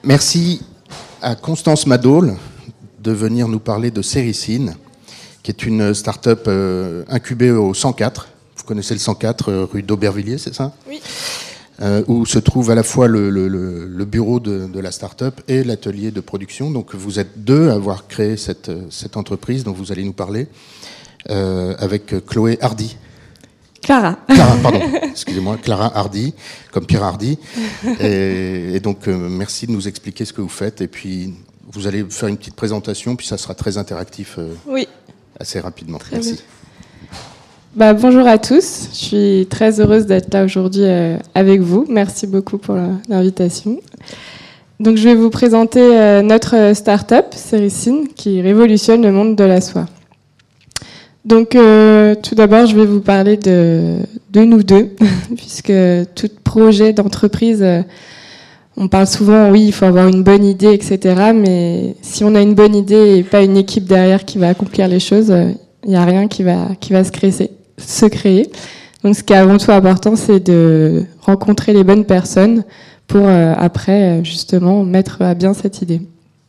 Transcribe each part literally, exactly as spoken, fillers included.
Merci à Constance Madol de venir nous parler de Sericine, qui est une start-up euh, incubée au cent quatre. Vous connaissez le cent quatre, euh, rue d'Aubervilliers, c'est ça? Oui. Euh, où se trouve à la fois le, le, le, le bureau de, de la start-up et l'atelier de production. Donc vous êtes deux à avoir créé cette, cette entreprise dont vous allez nous parler, euh, avec Chloé Hardy. Clara. Clara, pardon, excusez-moi, Clara Hardy, comme Pierre Hardy. Et, et donc, euh, merci de nous expliquer ce que vous faites. Et puis, vous allez faire une petite présentation, puis ça sera très interactif euh, oui. assez rapidement. Très merci. Bien. Bah, bonjour à tous. Je suis très heureuse d'être là aujourd'hui euh, avec vous. Merci beaucoup pour l'invitation. Donc, je vais vous présenter euh, notre start-up, Sericine, qui révolutionne le monde de la soie. Donc, euh, tout d'abord, je vais vous parler de, de nous deux, puisque tout projet d'entreprise, euh, on parle souvent, oui, il faut avoir une bonne idée, et cetera. Mais si on a une bonne idée et pas une équipe derrière qui va accomplir les choses, il n'y a rien qui va, qui va se créer, se créer. Donc, ce qui est avant tout important, c'est de rencontrer les bonnes personnes pour, euh, après, justement, mettre à bien cette idée.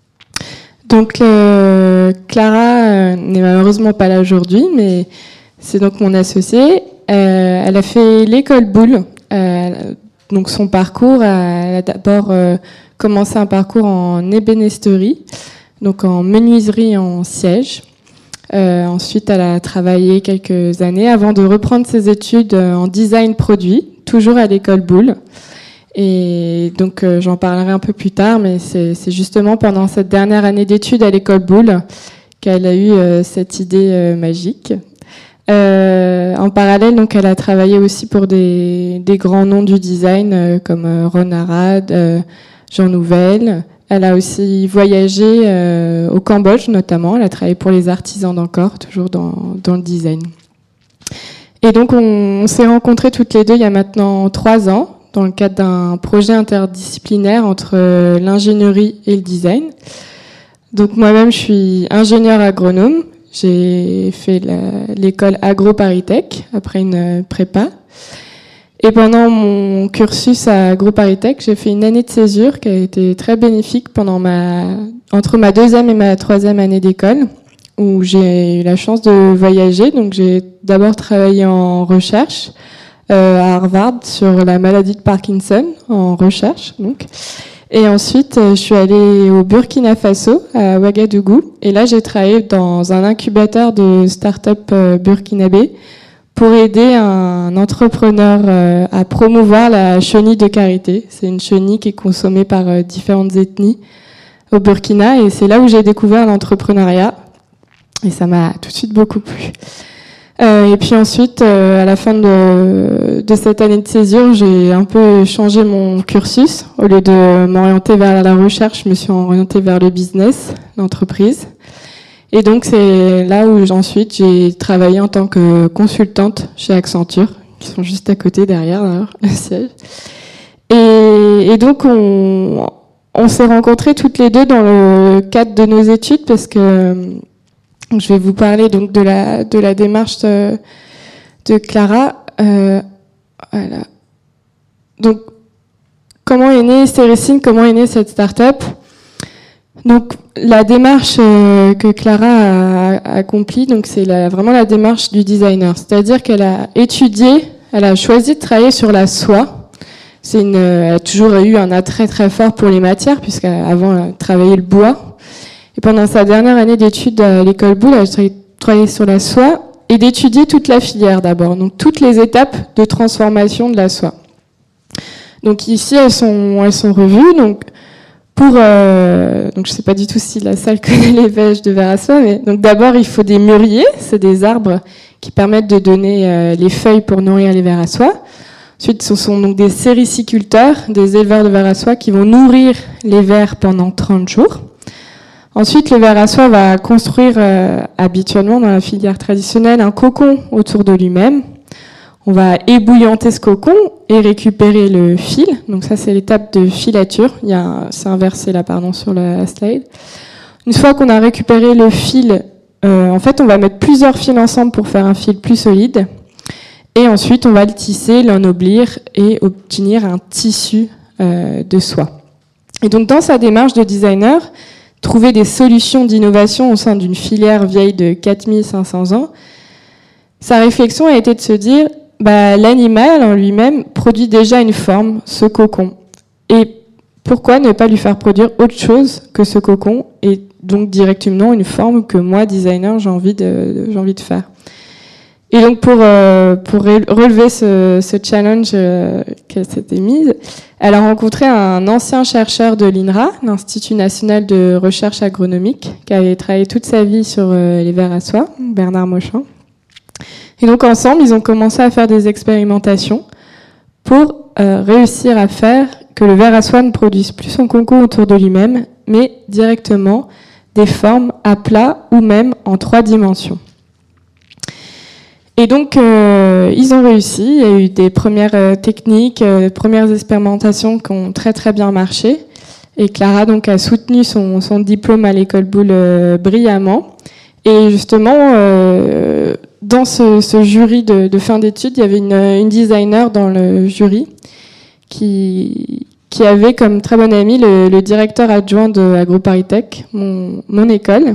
Donc euh, Clara euh, n'est malheureusement pas là aujourd'hui, mais c'est donc mon associée. Euh, elle a fait l'école Boulle. Euh, donc son parcours, elle a d'abord euh, commencé un parcours en ébénisterie, donc en menuiserie en siège. Euh, ensuite, elle a travaillé quelques années avant de reprendre ses études en design produit, toujours à l'école Boulle. Et donc euh, j'en parlerai un peu plus tard, mais c'est, c'est justement pendant cette dernière année d'études à l'école Boulle qu'elle a eu euh, cette idée euh, magique. Euh, en parallèle, donc, elle a travaillé aussi pour des, des grands noms du design euh, comme euh, Ron Arad, euh, Jean Nouvel. Elle a aussi voyagé euh, au Cambodge notamment. Elle a travaillé pour les artisans d'Angkor, toujours dans, dans le design. Et donc on, on s'est rencontrés toutes les deux il y a maintenant trois ans, dans le cadre d'un projet interdisciplinaire entre l'ingénierie et le design. Donc moi-même, je suis ingénieure agronome. J'ai fait la, l'école AgroParisTech après une prépa. Et pendant mon cursus à AgroParisTech, j'ai fait une année de césure qui a été très bénéfique pendant ma, entre ma deuxième et ma troisième année d'école, où j'ai eu la chance de voyager. Donc j'ai d'abord travaillé en recherche, Euh, à Harvard sur la maladie de Parkinson en recherche donc, et ensuite euh, je suis allée au Burkina Faso à Ouagadougou et là j'ai travaillé dans un incubateur de start-up euh, burkinabé pour aider un entrepreneur euh, à promouvoir la chenille de karité. C'est une chenille qui est consommée par euh, différentes ethnies au Burkina et c'est là où j'ai découvert l'entrepreneuriat et ça m'a tout de suite beaucoup plu. Euh, et puis ensuite, euh, à la fin de, de cette année de césure, j'ai un peu changé mon cursus. Au lieu de m'orienter vers la recherche, je me suis orientée vers le business, l'entreprise. Et donc, c'est là où ensuite j'ai travaillé en tant que consultante chez Accenture, qui sont juste à côté derrière, d'ailleurs, le siège. Et, et donc, on, on s'est rencontrés toutes les deux dans le cadre de nos études parce que je vais vous parler donc de la de la démarche de, de Clara. Euh, voilà. Donc, comment est née Sericine? Comment est née cette start-up? Donc, la démarche euh, que Clara a, a accomplie, donc c'est la, vraiment la démarche du designer. C'est-à-dire qu'elle a étudié, elle a choisi de travailler sur la soie. C'est une, elle a toujours eu un attrait très fort pour les matières, puisqu'avant elle travaillait le bois. Et pendant sa dernière année d'études à l'école Boulle, elle a travaillé sur la soie et d'étudier toute la filière d'abord, donc toutes les étapes de transformation de la soie. Donc ici, elles sont, elles sont revues. Donc pour, euh, donc je sais pas du tout si la salle connaît les veiges de verre à soie, mais donc d'abord il faut des mûriers, c'est des arbres qui permettent de donner euh, les feuilles pour nourrir les vers à soie. Ensuite, ce sont donc des sériciculteurs, des éleveurs de vers à soie qui vont nourrir les vers pendant trente jours. Ensuite, le ver à soie va construire euh, habituellement dans la filière traditionnelle un cocon autour de lui-même. On va ébouillanter ce cocon et récupérer le fil. Donc ça, c'est l'étape de filature. Il y a, c'est inversé là, pardon, sur la slide. Une fois qu'on a récupéré le fil, euh, en fait, on va mettre plusieurs fils ensemble pour faire un fil plus solide. Et ensuite, on va le tisser, l'ennoblir et obtenir un tissu euh, de soie. Et donc, dans sa démarche de designer, trouver des solutions d'innovation au sein d'une filière vieille de quatre mille cinq cents ans, sa réflexion a été de se dire, bah, l'animal en lui-même produit déjà une forme, ce cocon. Et pourquoi ne pas lui faire produire autre chose que ce cocon, et donc directement une forme que moi, designer, j'ai envie de, j'ai envie de faire. Et donc pour, euh, pour relever ce, ce challenge euh, qu'elle s'était mise, elle a rencontré un ancien chercheur de l'I N R A, l'Institut national de recherche agronomique, qui avait travaillé toute sa vie sur euh, les vers à soie, Bernard Mauchamp. Et donc ensemble, ils ont commencé à faire des expérimentations pour euh, réussir à faire que le ver à soie ne produise plus son cocon autour de lui-même, mais directement des formes à plat ou même en trois dimensions. Et donc, euh, ils ont réussi. Il y a eu des premières euh, techniques, euh, des premières expérimentations qui ont très très bien marché. Et Clara donc a soutenu son, son diplôme à l'école Boulle euh, brillamment. Et justement, euh, dans ce, ce jury de, de fin d'études, il y avait une, une designer dans le jury qui, qui avait comme très bon ami le, le directeur adjoint de AgroParisTech, mon, mon école.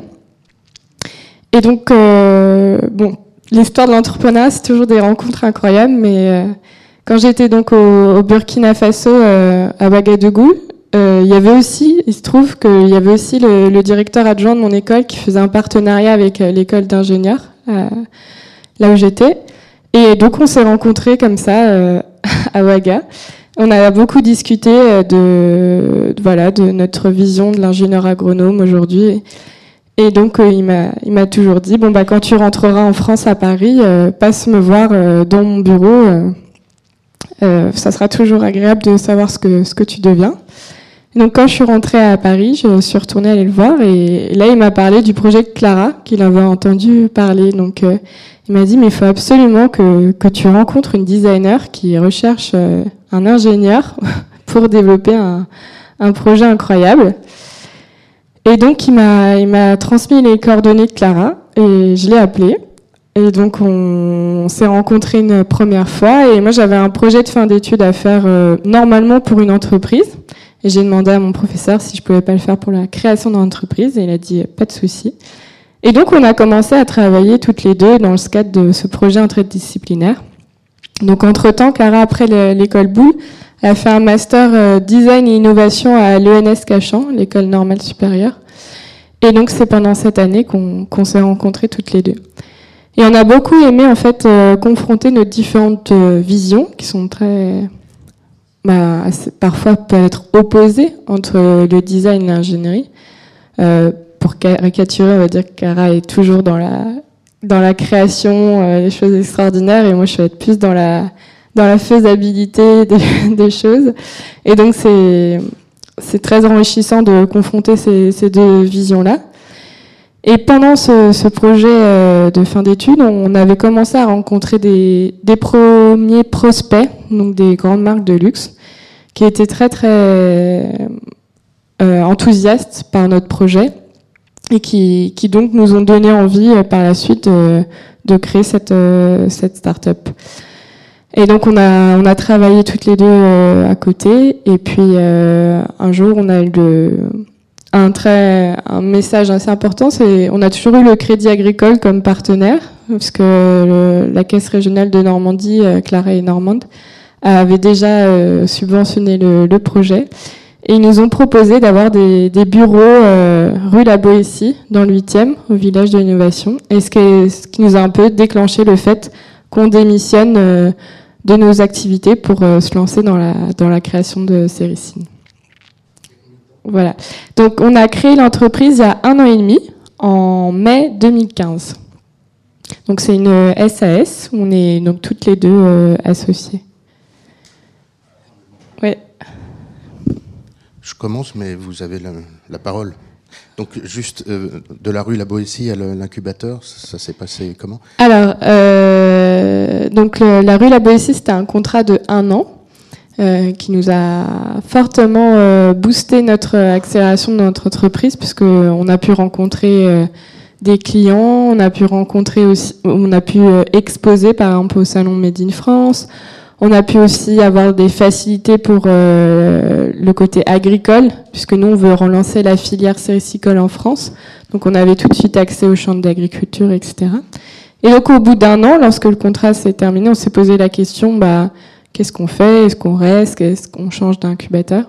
Et donc, euh, bon, l'histoire de l'entrepreneuriat, c'est toujours des rencontres incroyables, mais euh, quand j'étais donc au, au Burkina Faso, euh, à Ouagadougou, euh, il y avait aussi, il se trouve qu'il y avait aussi le, le directeur adjoint de mon école qui faisait un partenariat avec euh, l'école d'ingénieurs, euh, là où j'étais. Et donc on s'est rencontrés comme ça euh, à Ouaga. On a beaucoup discuté de, de voilà de notre vision de l'ingénieur agronome aujourd'hui. Et donc euh, il m'a il m'a toujours dit bon bah quand tu rentreras en France à Paris, euh, passe me voir euh, dans mon bureau. Euh, euh, ça sera toujours agréable de savoir ce que ce que tu deviens. Et donc quand je suis rentrée à Paris, je suis retournée aller le voir et là il m'a parlé du projet de Clara qu'il avait entendu parler. Donc euh, il m'a dit mais il faut absolument que que tu rencontres une designer qui recherche euh, un ingénieur pour développer un un projet incroyable. Et donc, il m'a, il m'a transmis les coordonnées de Clara et je l'ai appelée. Et donc, on, on s'est rencontrés une première fois. Et moi, j'avais un projet de fin d'études à faire euh, normalement pour une entreprise. Et j'ai demandé à mon professeur si je pouvais pas le faire pour la création d'une entreprise. Et il a dit pas de souci. Et donc, on a commencé à travailler toutes les deux dans le cadre de ce projet interdisciplinaire. Donc, entre-temps, Clara, après l'école Boulle, elle a fait un master euh, design et innovation à l'E N S Cachan, l'école normale supérieure. Et donc c'est pendant cette année qu'on qu'on s'est rencontrés toutes les deux. Et on a beaucoup aimé en fait euh, confronter nos différentes euh, visions qui sont très, bah, assez, parfois peuvent être opposées entre le design et l'ingénierie. Euh, pour caricaturer, on va dire que Clara est toujours dans la dans la création, euh, les choses extraordinaires, et moi je vais être plus dans la dans la faisabilité des, des choses. Et donc, c'est, c'est très enrichissant de confronter ces, ces deux visions-là. Et pendant ce, ce projet euh, de fin d'études, on avait commencé à rencontrer des, des premiers prospects, donc des grandes marques de luxe, qui étaient très, très euh, enthousiastes par notre projet et qui, qui donc nous ont donné envie euh, par la suite de, de créer cette, euh, cette start-up. Et donc on a on a travaillé toutes les deux euh, à côté et puis euh, un jour on a eu le, un très un message assez important, c'est on a toujours eu le Crédit Agricole comme partenaire parce que le, la Caisse régionale de Normandie, euh, Clara et Normande, avait déjà euh, subventionné le, le projet et ils nous ont proposé d'avoir des, des bureaux euh, rue La Boétie dans le huitième au village de l'innovation et ce qui, ce qui nous a un peu déclenché le fait qu'on démissionne euh, de nos activités pour euh, se lancer dans la, dans la création de Séricine. Voilà. Donc, on a créé l'entreprise il y a un an et demi, en mai deux mille quinze. Donc, c'est une S A S, on est donc toutes les deux euh, associées. Ouais. Je commence, mais vous avez la, la parole. Donc, juste euh, de la rue La Boétie à l'incubateur, ça, ça s'est passé comment ? Alors, euh, donc le, la rue La Boétie, c'était un contrat de un an euh, qui nous a fortement euh, boosté notre accélération de notre entreprise, puisqu'on a pu rencontrer euh, des clients, on a pu rencontrer aussi, on a pu euh, exposer par exemple au salon Made in France, On a pu aussi avoir des facilités pour euh, le côté agricole, puisque nous, on veut relancer la filière séricicole en France. Donc, on avait tout de suite accès aux champs d'agriculture, et cetera. Et donc, au bout d'un an, lorsque le contrat s'est terminé, on s'est posé la question, bah, qu'est-ce qu'on fait? Est-ce qu'on reste? Est-ce qu'on change d'incubateur?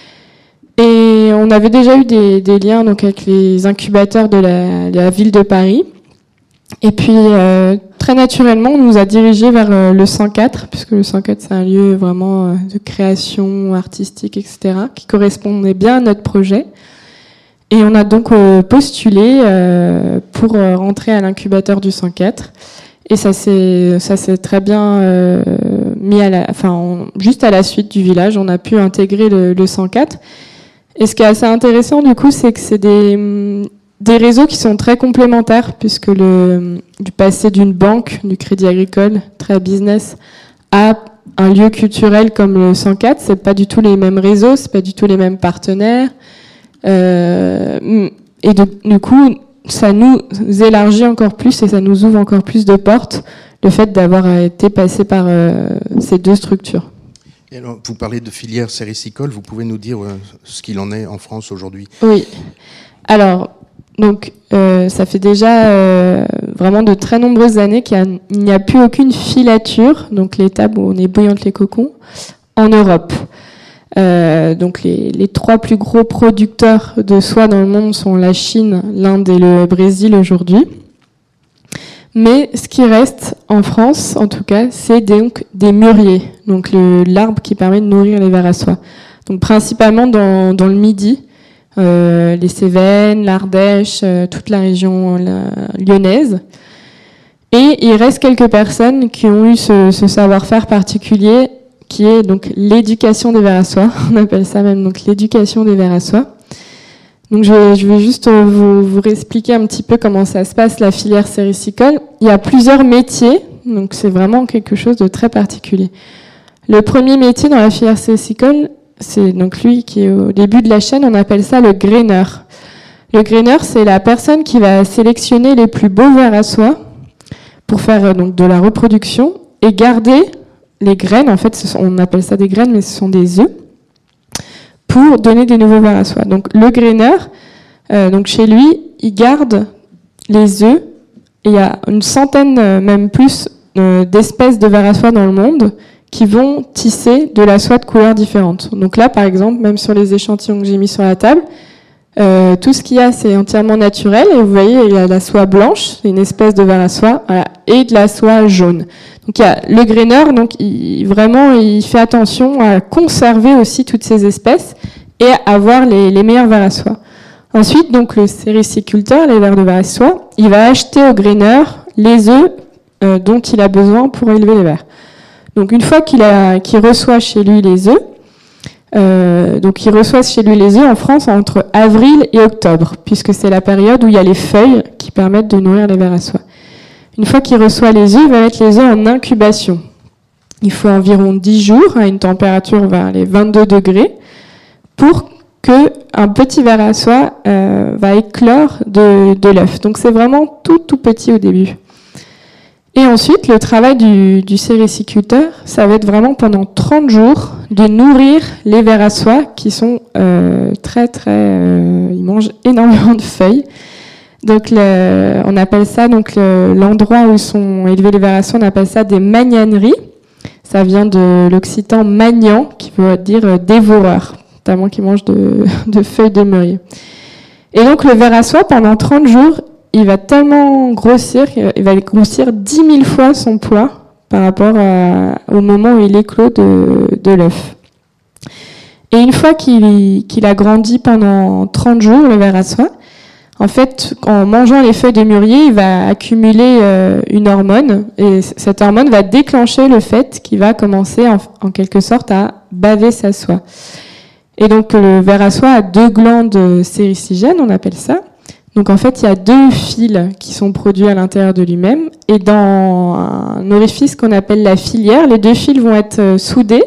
Et on avait déjà eu des, des liens donc, avec les incubateurs de la, de la ville de Paris. Et puis, euh, très naturellement, on nous a dirigés vers euh, le cent quatre, puisque le cent quatre, c'est un lieu vraiment euh, de création artistique, et cetera, qui correspondait bien à notre projet. Et on a donc euh, postulé euh, pour euh, rentrer à l'incubateur du cent quatre. Et ça s'est, ça s'est très bien euh, mis à la, enfin, on, juste à la suite du village, on a pu intégrer le, le cent quatre. Et ce qui est assez intéressant, du coup, c'est que c'est des... Des réseaux qui sont très complémentaires, puisque le, du passé d'une banque, du Crédit Agricole, très business, à un lieu culturel comme le cent quatre, c'est pas du tout les mêmes réseaux, c'est pas du tout les mêmes partenaires. Euh, et de, du coup, ça nous élargit encore plus et ça nous ouvre encore plus de portes, le fait d'avoir été passé par euh, ces deux structures. Et alors, vous parlez de filière séricicole, vous pouvez nous dire euh, ce qu'il en est en France aujourd'hui? Oui. Alors, Donc, euh, ça fait déjà euh, vraiment de très nombreuses années qu'il n'y a, a plus aucune filature, donc l'étape où on ébouillante les cocons, en Europe. Euh, donc, les, les trois plus gros producteurs de soie dans le monde sont la Chine, l'Inde et le Brésil aujourd'hui. Mais ce qui reste en France, en tout cas, c'est donc des mûriers, donc le, l'arbre qui permet de nourrir les vers à soie. Donc, principalement dans, dans le Midi. Euh, les Cévennes, l'Ardèche, euh, toute la région la, lyonnaise. Et il reste quelques personnes qui ont eu ce, ce savoir-faire particulier, qui est donc l'éducation des vers à soie. On appelle ça même donc l'éducation des vers à soie. Donc je vais, je vais juste vous, vous expliquer un petit peu comment ça se passe, la filière séricicole. Il y a plusieurs métiers, donc c'est vraiment quelque chose de très particulier. Le premier métier dans la filière séricicole, c'est donc lui qui est au début de la chaîne, on appelle ça le graineur. Le graineur, c'est la personne qui va sélectionner les plus beaux vers à soie pour faire donc de la reproduction et garder les graines. En fait, ce sont, on appelle ça des graines, mais ce sont des œufs pour donner des nouveaux vers à soie. Donc le graineur, euh, donc chez lui, il garde les œufs. Et il y a une centaine, même plus, euh, d'espèces de vers à soie dans le monde qui vont tisser de la soie de couleurs différentes. Donc là, par exemple, même sur les échantillons que j'ai mis sur la table, euh, tout ce qu'il y a, c'est entièrement naturel. Et vous voyez, il y a la soie blanche, une espèce de vers à soie, voilà, et de la soie jaune. Donc il y a le graineur, donc il, vraiment, il fait attention à conserver aussi toutes ces espèces et à avoir les, les meilleurs vers à soie. Ensuite, donc le sériciculteur, les vers de vers à soie, il va acheter au graineur les œufs euh, dont il a besoin pour élever les vers. Donc une fois qu'il a, qu'il reçoit chez lui les œufs, euh, donc il reçoit chez lui les œufs en France entre avril et octobre, puisque c'est la période où il y a les feuilles qui permettent de nourrir les vers à soie. Une fois qu'il reçoit les œufs, il va mettre les œufs en incubation. Il faut environ dix jours à une température vers les vingt-deux degrés pour que un petit ver à soie euh, va éclore de, de l'œuf. Donc c'est vraiment tout tout petit au début. Et ensuite, le travail du, du sériciculteur, ça va être vraiment pendant trente jours de nourrir les vers à soie qui sont euh, très très, euh, ils mangent énormément de feuilles. Donc le, on appelle ça donc le, l'endroit où sont élevés les vers à soie, on appelle ça des magnaneries. Ça vient de l'occitan magnant, qui veut dire euh, dévoreur, notamment qui mange de, de feuilles de mûrier. Et donc le ver à soie, pendant trente jours, il va tellement grossir, il va grossir dix mille fois son poids par rapport à, au moment où il éclot de, de l'œuf. Et une fois qu'il, qu'il a grandi pendant trente jours, le ver à soie, en fait, en mangeant les feuilles de mûrier, il va accumuler euh, une hormone, et cette hormone va déclencher le fait qu'il va commencer en, en quelque sorte à baver sa soie. Et donc le ver à soie a deux glandes séricigènes, on appelle ça. Donc en fait, il y a deux fils qui sont produits à l'intérieur de lui-même, et dans un orifice qu'on appelle la filière, les deux fils vont être soudés,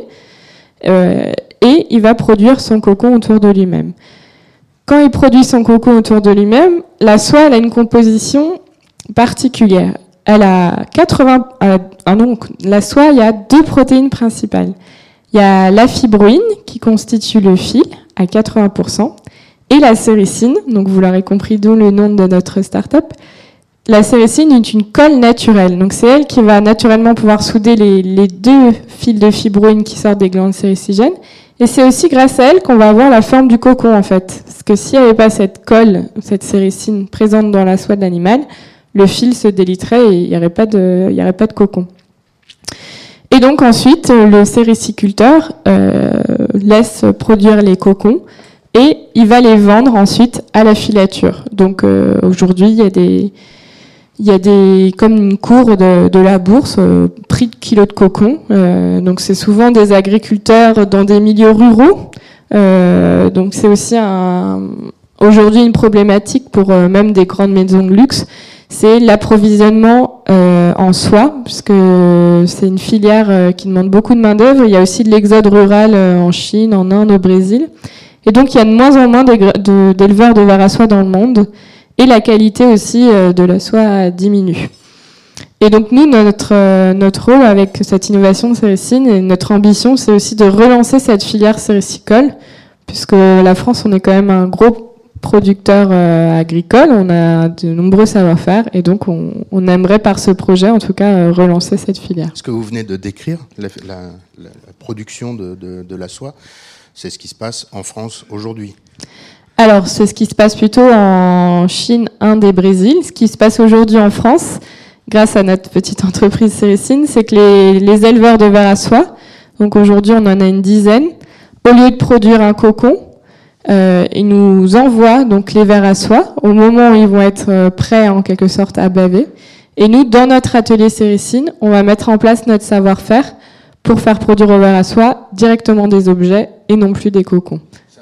euh, et il va produire son cocon autour de lui-même. Quand il produit son cocon autour de lui-même, la soie elle a une composition particulière. elle a quatre-vingts, euh, ah non, la soie, il y a deux protéines principales. Il y a la fibroïne qui constitue le fil à quatre-vingts pour cent et la séricine, donc vous l'aurez compris, d'où le nom de notre start-up. La séricine est une colle naturelle, donc c'est elle qui va naturellement pouvoir souder les, les deux fils de fibroïne qui sortent des glandes séricigènes. Et c'est aussi grâce à elle qu'on va avoir la forme du cocon en fait. Parce que s'il n'y avait pas cette colle, cette séricine présente dans la soie de l'animal, le fil se déliterait et il n'y aurait pas de, il y aurait pas de cocon. Et donc ensuite, le sériciculteur euh, laisse produire les cocons et il va les vendre ensuite à la filature. Donc euh, aujourd'hui, il y a des Il y a des, comme une cour de, de la bourse, euh, prix de kilo de cocon. Euh, donc c'est souvent des agriculteurs dans des milieux ruraux. Euh, donc c'est aussi un, aujourd'hui une problématique pour euh, même des grandes maisons de luxe. C'est l'approvisionnement euh, en soie, puisque c'est une filière euh, qui demande beaucoup de main d'œuvre. Il y a aussi de l'exode rural euh, en Chine, en Inde, au Brésil. Et donc il y a de moins en moins d'éleveurs de vers à soie dans le monde. Et la qualité aussi de la soie diminue. Et donc nous, notre, notre rôle avec cette innovation de séricine et notre ambition, c'est aussi de relancer cette filière séricicole, puisque la France, on est quand même un gros producteur euh, agricole, on a de nombreux savoir-faire, et donc on, on aimerait par ce projet, en tout cas, euh, relancer cette filière. Ce que vous venez de décrire, la, la, la production de, de, de la soie, c'est ce qui se passe en France aujourd'hui. Alors, c'est ce qui se passe plutôt en Chine, Inde et Brésil. Ce qui se passe aujourd'hui en France, grâce à notre petite entreprise Séricine, c'est que les, les éleveurs de vers à soie, donc aujourd'hui on en a une dizaine, au lieu de produire un cocon, euh, ils nous envoient donc les vers à soie au moment où ils vont être prêts en quelque sorte à baver. Et nous, dans notre atelier Séricine, on va mettre en place notre savoir-faire pour faire produire au vers à soie directement des objets et non plus des cocons.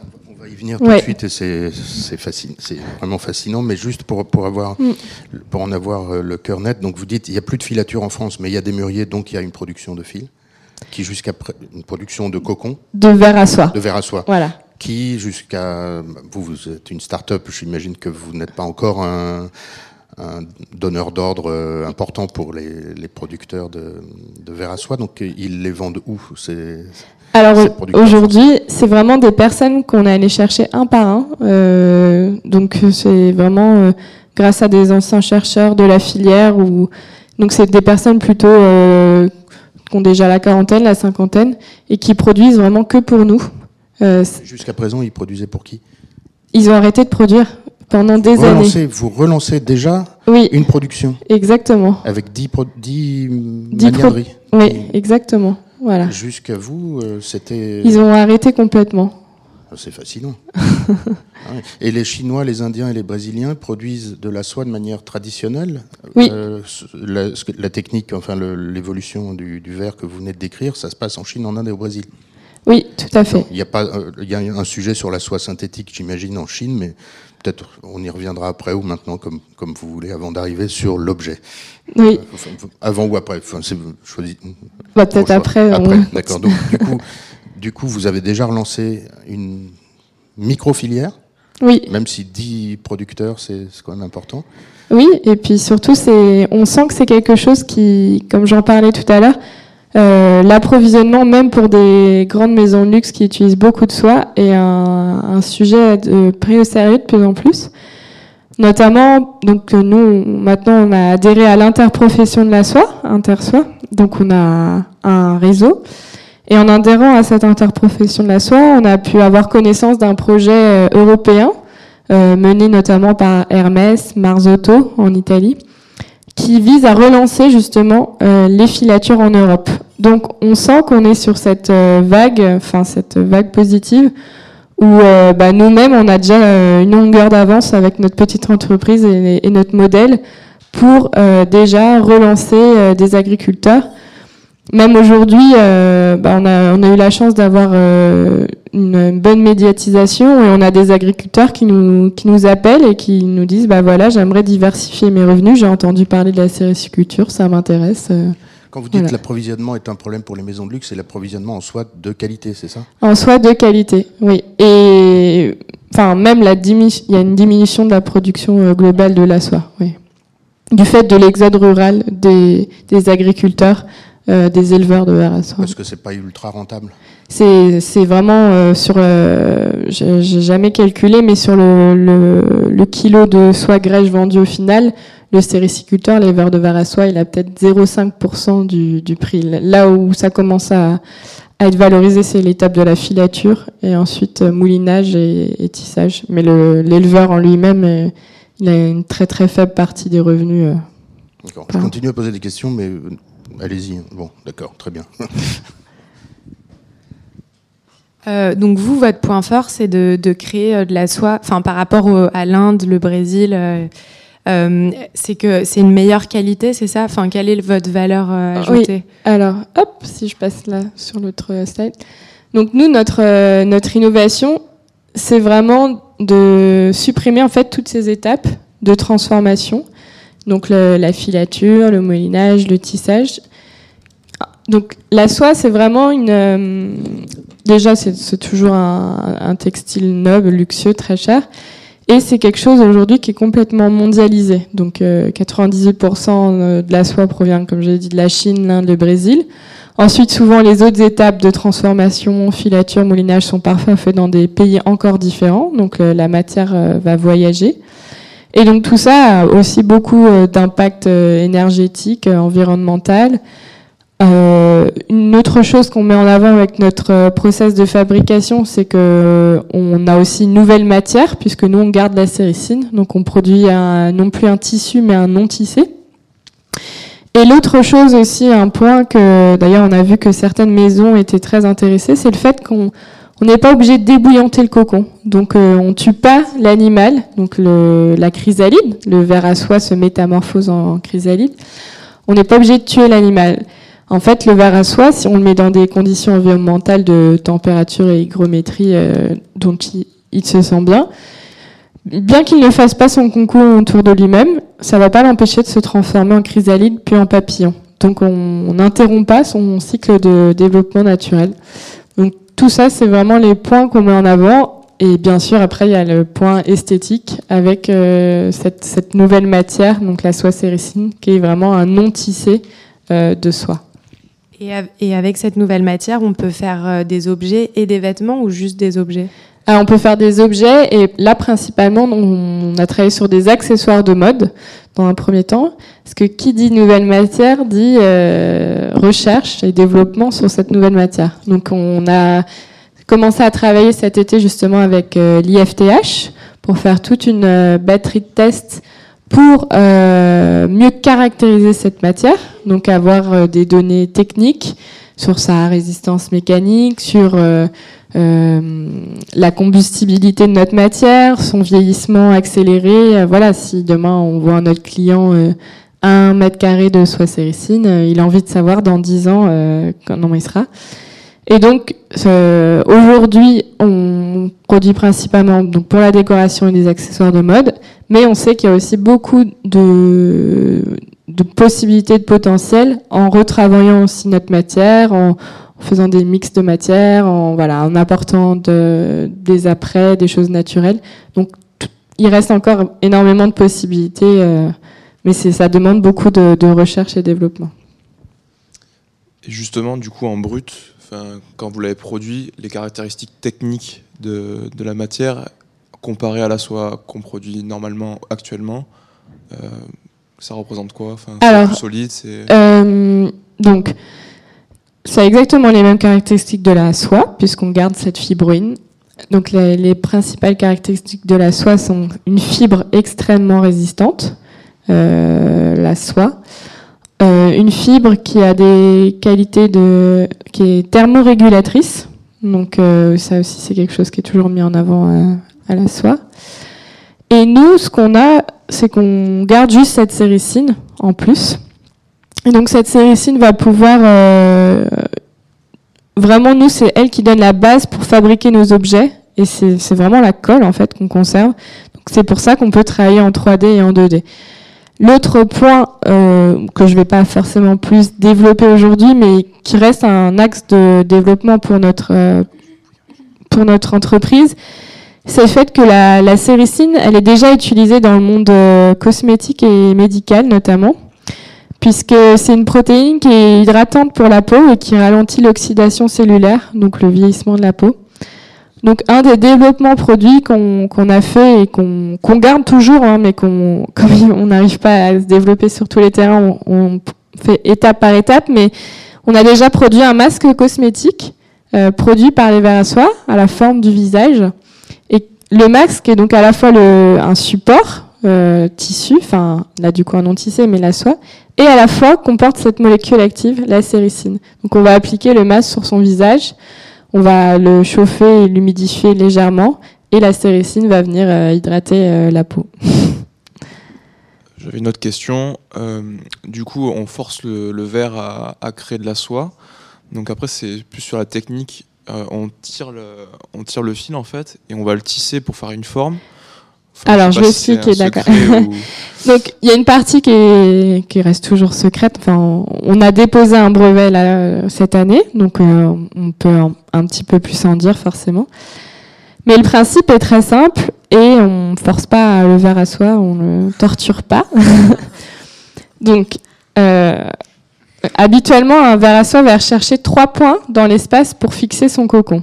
Venir tout ouais. de suite et c'est c'est fascinant, c'est vraiment fascinant, mais juste pour pour avoir mm. pour en avoir le cœur net. Donc vous dites il y a plus de filature en France, mais il y a des mûriers, donc il y a une production de fil qui jusqu'à une production de cocon, de vers à soie, de vers à soie, voilà, qui jusqu'à vous vous êtes une start-up, j'imagine que vous n'êtes pas encore un un donneur d'ordre important pour les, les producteurs de, de vers à soie, donc ils les vendent où ces, Alors aujourd'hui, c'est vraiment des personnes qu'on est allé chercher un par un, euh, donc c'est vraiment euh, grâce à des anciens chercheurs de la filière, ou donc c'est des personnes plutôt euh, qui ont déjà la quarantaine, la cinquantaine, et qui produisent vraiment que pour nous. Euh, Jusqu'à présent, ils produisaient pour qui ? Ils ont arrêté de produire. Pendant des relancez, années. Vous relancez déjà oui, une production. Exactement. Avec dix, pro- dix, dix maniaderies. Pro- oui, exactement. Voilà. Jusqu'à vous, euh, c'était... Ils ont arrêté complètement. C'est fascinant. Ah ouais. Et les Chinois, les Indiens et les Brésiliens produisent de la soie de manière traditionnelle. Oui. Euh, la, la technique, enfin le, l'évolution du, du verre que vous venez de décrire, ça se passe en Chine, en Inde et au Brésil. Oui, tout à fait. Il y a pas, euh, il y a un sujet sur la soie synthétique, j'imagine, en Chine, mais peut-être on y reviendra après ou maintenant, comme comme vous voulez, avant d'arriver sur l'objet. Oui. Euh, enfin, avant ou après. Enfin, c'est choisi. Bah, peut-être après. Après, on... d'accord. Donc du coup, du coup, vous avez déjà relancé une micro-filière. Oui. Même si dix producteurs, c'est, c'est quand même important. Oui, et puis surtout, c'est, on sent que c'est quelque chose qui, comme j'en parlais tout à l'heure, Euh, l'approvisionnement, même pour des grandes maisons de luxe qui utilisent beaucoup de soie, est un, un sujet de, pris au sérieux de plus en plus. Notamment, donc nous, maintenant, on a adhéré à l'interprofession de la soie, Intersoie. Donc, on a un réseau. Et en adhérant à cette interprofession de la soie, on a pu avoir connaissance d'un projet européen, euh, mené notamment par Hermès, Marzotto, en Italie, qui vise à relancer justement euh, les filatures en Europe. Donc on sent qu'on est sur cette euh, vague, enfin cette vague positive, où euh, bah, nous-mêmes on a déjà euh, une longueur d'avance avec notre petite entreprise et, et notre modèle pour euh, déjà relancer euh, des agriculteurs. Même aujourd'hui, euh, bah, on, a, on a eu la chance d'avoir euh, une bonne médiatisation et on a des agriculteurs qui nous, qui nous appellent et qui nous disent bah voilà, j'aimerais diversifier mes revenus, j'ai entendu parler de la sériciculture, ça m'intéresse. Quand vous dites voilà. que l'approvisionnement est un problème pour les maisons de luxe, c'est l'approvisionnement en soie de qualité, c'est ça ? En soie de qualité, oui. Et enfin, même la diminu- il y a une diminution de la production globale de la soie, oui. du fait de l'exode rural des, des agriculteurs, euh, des éleveurs de verre à soie. Parce que c'est pas ultra rentable. C'est, c'est vraiment euh, sur, euh, j'ai, j'ai jamais calculé, mais sur le, le, le kilo de soie grèche vendu au final, le sériciculteur, l'éleveur de verre à soie, il a peut-être zéro virgule cinq pour cent du, du prix. Là où ça commence à, à être valorisé, c'est l'étape de la filature et ensuite euh, moulinage et, et tissage. Mais le, l'éleveur en lui-même, euh, il a une très très faible partie des revenus. Euh, d'accord. Je continue à poser des questions, mais euh, allez-y. Bon, d'accord, très bien. Euh, donc vous, votre point fort, c'est de, de créer de la soie, enfin par rapport au, à l'Inde, le Brésil, euh, euh, c'est que c'est une meilleure qualité, c'est ça? Enfin, quelle est votre valeur euh, ajoutée? Oui. Alors, hop, si je passe là sur l'autre slide. Donc nous, notre euh, notre innovation, c'est vraiment de supprimer en fait toutes ces étapes de transformation. Donc le, la filature, le moulinage, le tissage. Donc la soie, c'est vraiment une... Euh, déjà, c'est, c'est toujours un, un textile noble, luxueux, très cher. Et c'est quelque chose aujourd'hui qui est complètement mondialisé. Donc euh, quatre-vingt-dix-huit pour cent de la soie provient, comme je l'ai dit, de la Chine, l'Inde, le Brésil. Ensuite, souvent, les autres étapes de transformation, filature, moulinage sont parfois faites dans des pays encore différents. Donc euh, la matière euh, va voyager. Et donc tout ça a aussi beaucoup euh, d'impact euh, énergétique, euh, environnemental. Euh, une autre chose qu'on met en avant avec notre euh, process de fabrication, c'est que euh, on a aussi une nouvelle matière, puisque nous on garde la séricine, donc on produit un, non plus un tissu mais un non tissé. Et l'autre chose aussi, un point que d'ailleurs on a vu que certaines maisons étaient très intéressées, c'est le fait qu'on on n'est pas obligé de débouillanter le cocon. Donc euh, on tue pas l'animal, donc le, la chrysalide, le ver à soie se métamorphose en chrysalide. On n'est pas obligé de tuer l'animal. En fait, le ver à soie, si on le met dans des conditions environnementales de température et hygrométrie euh, dont il, il se sent bien, bien qu'il ne fasse pas son concours autour de lui-même, ça ne va pas l'empêcher de se transformer en chrysalide puis en papillon. Donc on n'interrompt pas son cycle de développement naturel. Donc tout ça, c'est vraiment les points qu'on met en avant. Et bien sûr, après, il y a le point esthétique avec euh, cette, cette nouvelle matière, donc la soie séricine, qui est vraiment un non tissé euh, de soie. Et avec cette nouvelle matière, on peut faire des objets et des vêtements ou juste des objets? Alors, on peut faire des objets et là, principalement, on a travaillé sur des accessoires de mode dans un premier temps. Parce que qui dit nouvelle matière dit euh, recherche et développement sur cette nouvelle matière. Donc, on a commencé à travailler cet été justement avec euh, l'I F T H pour faire toute une euh, batterie de tests pour euh, mieux caractériser cette matière, donc avoir euh, des données techniques sur sa résistance mécanique, sur euh, euh, la combustibilité de notre matière, son vieillissement accéléré. Euh, voilà, si demain on voit notre client euh, un mètre carré de soie séricine, euh, il a envie de savoir dans dix ans euh, comment il sera. Et donc, euh, aujourd'hui, on produit principalement donc pour la décoration et des accessoires de mode, mais on sait qu'il y a aussi beaucoup de, de possibilités, de potentiel en retravaillant aussi notre matière, en, en faisant des mix de matières, en, voilà, en apportant de, des apprêts, des choses naturelles. Donc, tout, il reste encore énormément de possibilités, euh, mais c'est, ça demande beaucoup de, de recherche et développement. Et justement, du coup, en brut, enfin, quand vous l'avez produit, les caractéristiques techniques de, de la matière comparées à la soie qu'on produit normalement actuellement, euh, ça représente quoi? Enfin, c'est Alors, plus solide, c'est... Euh, donc, ça a exactement les mêmes caractéristiques de la soie, puisqu'on garde cette fibroïne. Donc, les, les principales caractéristiques de la soie sont une fibre extrêmement résistante, euh, la soie. Euh, une fibre qui a des qualités de, qui est thermorégulatrice. Donc euh, ça aussi c'est quelque chose qui est toujours mis en avant euh, à la soie. Et nous, ce qu'on a, c'est qu'on garde juste cette séricine en plus. Et donc cette séricine va pouvoir euh, vraiment, nous, c'est elle qui donne la base pour fabriquer nos objets. Et c'est, c'est vraiment la colle en fait qu'on conserve. Donc c'est pour ça qu'on peut travailler en trois D et en deux D. L'autre point euh, que je ne vais pas forcément plus développer aujourd'hui, mais qui reste un axe de développement pour notre euh, pour notre entreprise, c'est le fait que la, la séricine, elle est déjà utilisée dans le monde euh, cosmétique et médical notamment, puisque c'est une protéine qui est hydratante pour la peau et qui ralentit l'oxydation cellulaire, donc le vieillissement de la peau. Donc un des développements produits qu'on qu'on a fait et qu'on qu'on garde toujours, hein, mais qu'on, comme on n'arrive pas à se développer sur tous les terrains, on, on fait étape par étape, mais on a déjà produit un masque cosmétique euh, produit par les vers à soie à la forme du visage. Et le masque est donc à la fois le, un support euh, tissu, enfin là du coup un non tissé, mais la soie, et à la fois comporte cette molécule active, la séricine. Donc on va appliquer le masque sur son visage, on va le chauffer et l'humidifier légèrement, et la séricine va venir euh, hydrater euh, la peau. J'avais une autre question. Euh, du coup, on force le, le verre à, à créer de la soie. Donc après, c'est plus sur la technique. Euh, on tire le, on tire le fil en fait, et on va le tisser pour faire une forme. Enfin, Alors, je vais si expliquer, d'accord. Ou... Donc, il y a une partie qui, est, qui reste toujours secrète. Enfin, on a déposé un brevet là, cette année, donc euh, on peut un, un petit peu plus en dire forcément. Mais le principe est très simple et on ne force pas le verre à soie, on ne le torture pas. Donc, euh, habituellement, un verre à soie va rechercher trois points dans l'espace pour fixer son cocon.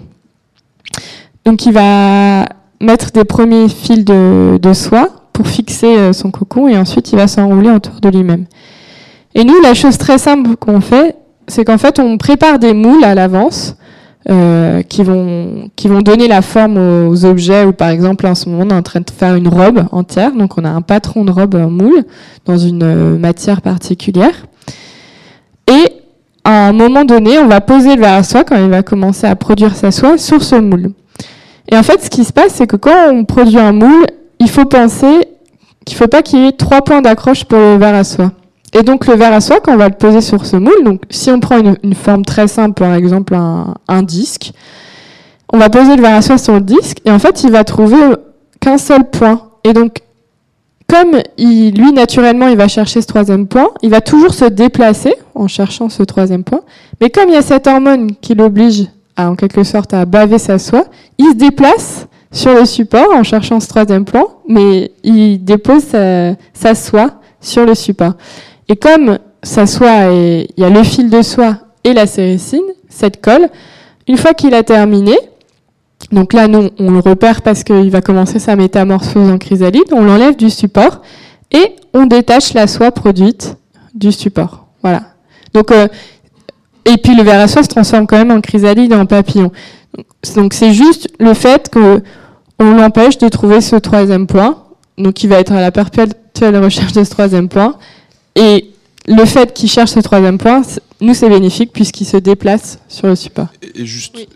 Donc, il va mettre des premiers fils de, de soie pour fixer son cocon et ensuite il va s'enrouler autour de lui-même. Et nous, la chose très simple qu'on fait, c'est qu'en fait, on prépare des moules à l'avance euh, qui vont qui vont donner la forme aux objets. Ou par exemple, en ce moment, on est en train de faire une robe entière, donc on a un patron de robe en moule dans une matière particulière. Et à un moment donné, on va poser le verre à soie quand il va commencer à produire sa soie sur ce moule. Et en fait, ce qui se passe, c'est que quand on produit un moule, il faut penser qu'il ne faut pas qu'il y ait trois points d'accroche pour le verre à soie. Et donc, le verre à soie, quand on va le poser sur ce moule, donc si on prend une, une forme très simple, par exemple un, un disque, on va poser le verre à soie sur le disque, et en fait, il va trouver qu'un seul point. Et donc, comme il, lui, naturellement, il va chercher ce troisième point, il va toujours se déplacer en cherchant ce troisième point. Mais comme il y a cette hormone qui l'oblige à, en quelque sorte, à baver sa soie, il se déplace sur le support en cherchant ce troisième plan, mais il dépose sa, sa soie sur le support. Et comme sa soie, est, il y a le fil de soie et la séricine, cette colle, une fois qu'il a terminé, donc là, nous, on le repère parce qu'il va commencer sa métamorphose en chrysalide, on l'enlève du support et on détache la soie produite du support. Voilà. Donc, euh, et puis le verre à soie se transforme quand même en chrysalide et en papillon. Donc c'est juste le fait que on l'empêche de trouver ce troisième point, donc il va être à la perpétuelle recherche de ce troisième point, et le fait qu'il cherche ce troisième point, nous c'est bénéfique puisqu'il se déplace sur le support. Et, et juste... Oui.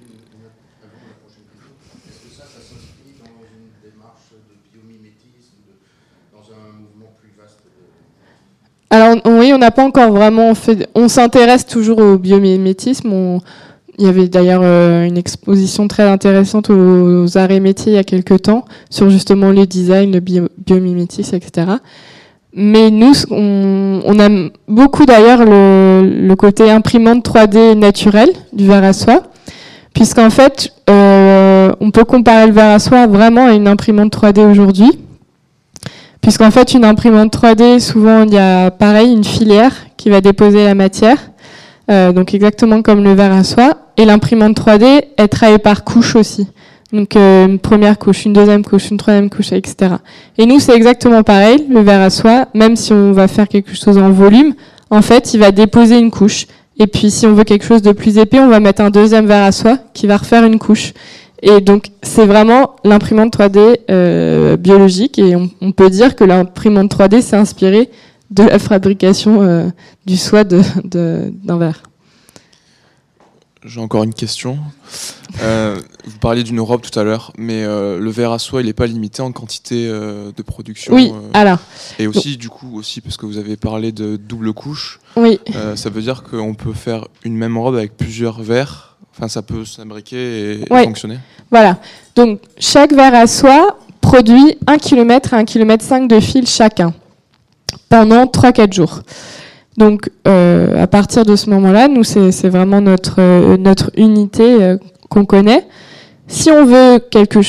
Est-ce que ça, ça s'inscrit dans une démarche de biomimétisme, de, dans un mouvement plus vaste de... Alors oui, on n'a pas encore vraiment fait... On s'intéresse toujours au biomimétisme, on... Il y avait d'ailleurs euh, une exposition très intéressante aux, aux arts et métiers il y a quelques temps sur justement le design, le bio, biomimétisme, et cetera. Mais nous, on, on aime beaucoup d'ailleurs le, le côté imprimante trois D naturel du verre à soie, puisqu'en fait, euh, on peut comparer le verre à soie vraiment à une imprimante trois D aujourd'hui, puisqu'en fait, une imprimante trois D, souvent, il y a pareil, une filière qui va déposer la matière, Euh, donc exactement comme le verre à soie. Et l'imprimante trois D, elle travaille par couche aussi. Donc euh, une première couche, une deuxième couche, une troisième couche, et cetera. Et nous, c'est exactement pareil, le verre à soie, même si on va faire quelque chose en volume, en fait, il va déposer une couche. Et puis si on veut quelque chose de plus épais, on va mettre un deuxième verre à soie qui va refaire une couche. Et donc c'est vraiment l'imprimante trois D euh, biologique. Et on, on peut dire que l'imprimante trois D s'est inspirée de la fabrication euh, du soie de, de, d'un verre. J'ai encore une question. Euh, vous parliez d'une robe tout à l'heure, mais euh, le verre à soie, il n'est pas limité en quantité euh, de production. Oui, euh, alors. Et aussi, du coup, aussi parce que vous avez parlé de double couche. Oui. Euh, ça veut dire qu'on peut faire une même robe avec plusieurs verres. Enfin, ça peut s'imbriquer et, oui. et fonctionner. Voilà. Donc, chaque verre à soie produit un kilomètre à un kilomètre cinq de fil chacun pendant trois à quatre jours. Donc, euh, à partir de ce moment-là, nous, c'est, c'est vraiment notre, euh, notre unité euh, qu'on connaît. Si on veut quelque chose...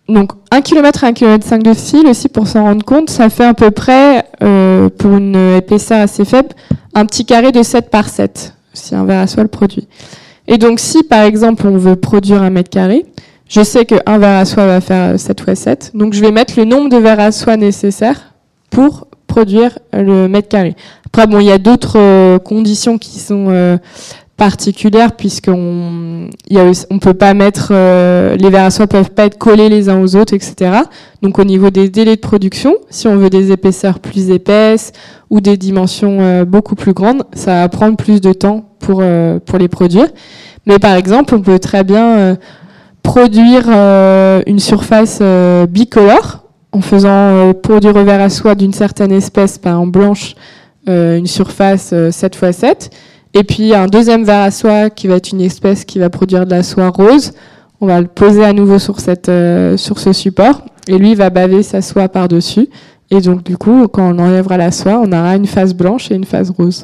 donc un kilomètre à un kilomètre cinq de fil aussi, pour s'en rendre compte, ça fait à peu près, euh, pour une épaisseur assez faible, un petit carré de sept par sept, si un verre à soie le produit. Et donc si par exemple on veut produire un mètre carré, je sais qu'un verre à soie va faire sept fois sept, donc je vais mettre le nombre de verres à soie nécessaires pour produire le mètre carré. Après, bon, il y a d'autres euh, conditions qui sont euh, particulières, puisqu'on il y a, on peut pas mettre, euh, les verres à soie peuvent pas être collés les uns aux autres, et cetera. Donc au niveau des délais de production, si on veut des épaisseurs plus épaisses ou des dimensions euh, beaucoup plus grandes, ça va prendre plus de temps pour, euh, pour les produire. Mais par exemple, on peut très bien euh, produire euh, une surface euh, bicolore, en faisant euh, produire au verre à soie d'une certaine espèce, par exemple blanche, euh, une surface euh, sept fois sept, et puis un deuxième verre à soie qui va être une espèce qui va produire de la soie rose. On va le poser à nouveau sur, cette, euh, sur ce support, et lui va baver sa soie par-dessus. Et donc du coup, quand on enlèvera la soie, on aura une face blanche et une face rose.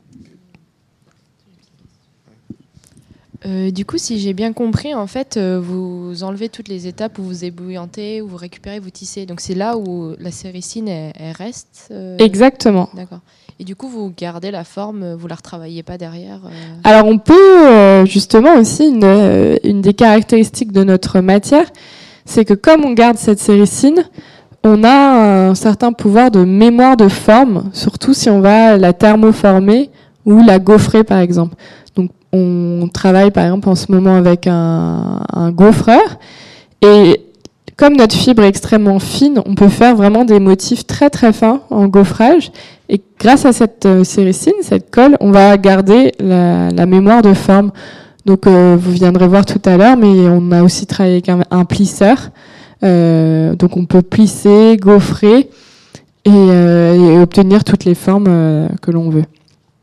Euh, du coup, si j'ai bien compris, en fait, euh, vous enlevez toutes les étapes où vous ébouillantez, où vous récupérez, vous tissez. Donc c'est là où la séricine, elle, elle reste euh... Exactement. D'accord. Et du coup, vous gardez la forme, vous la retravaillez pas derrière euh... Alors on peut, euh, justement aussi, une, euh, une des caractéristiques de notre matière, c'est que comme on garde cette séricine, on a un certain pouvoir de mémoire de forme, surtout si on va la thermoformer ou la gaufrer par exemple. Donc on travaille par exemple en ce moment avec un, un gaufreur, et comme notre fibre est extrêmement fine, on peut faire vraiment des motifs très très fins en gaufrage, et grâce à cette euh, séricine, cette colle, on va garder la, la mémoire de forme. Donc euh, vous viendrez voir tout à l'heure, mais on a aussi travaillé avec un, un plisseur. Euh, donc on peut plisser, gaufrer et, euh, et obtenir toutes les formes euh, que l'on veut.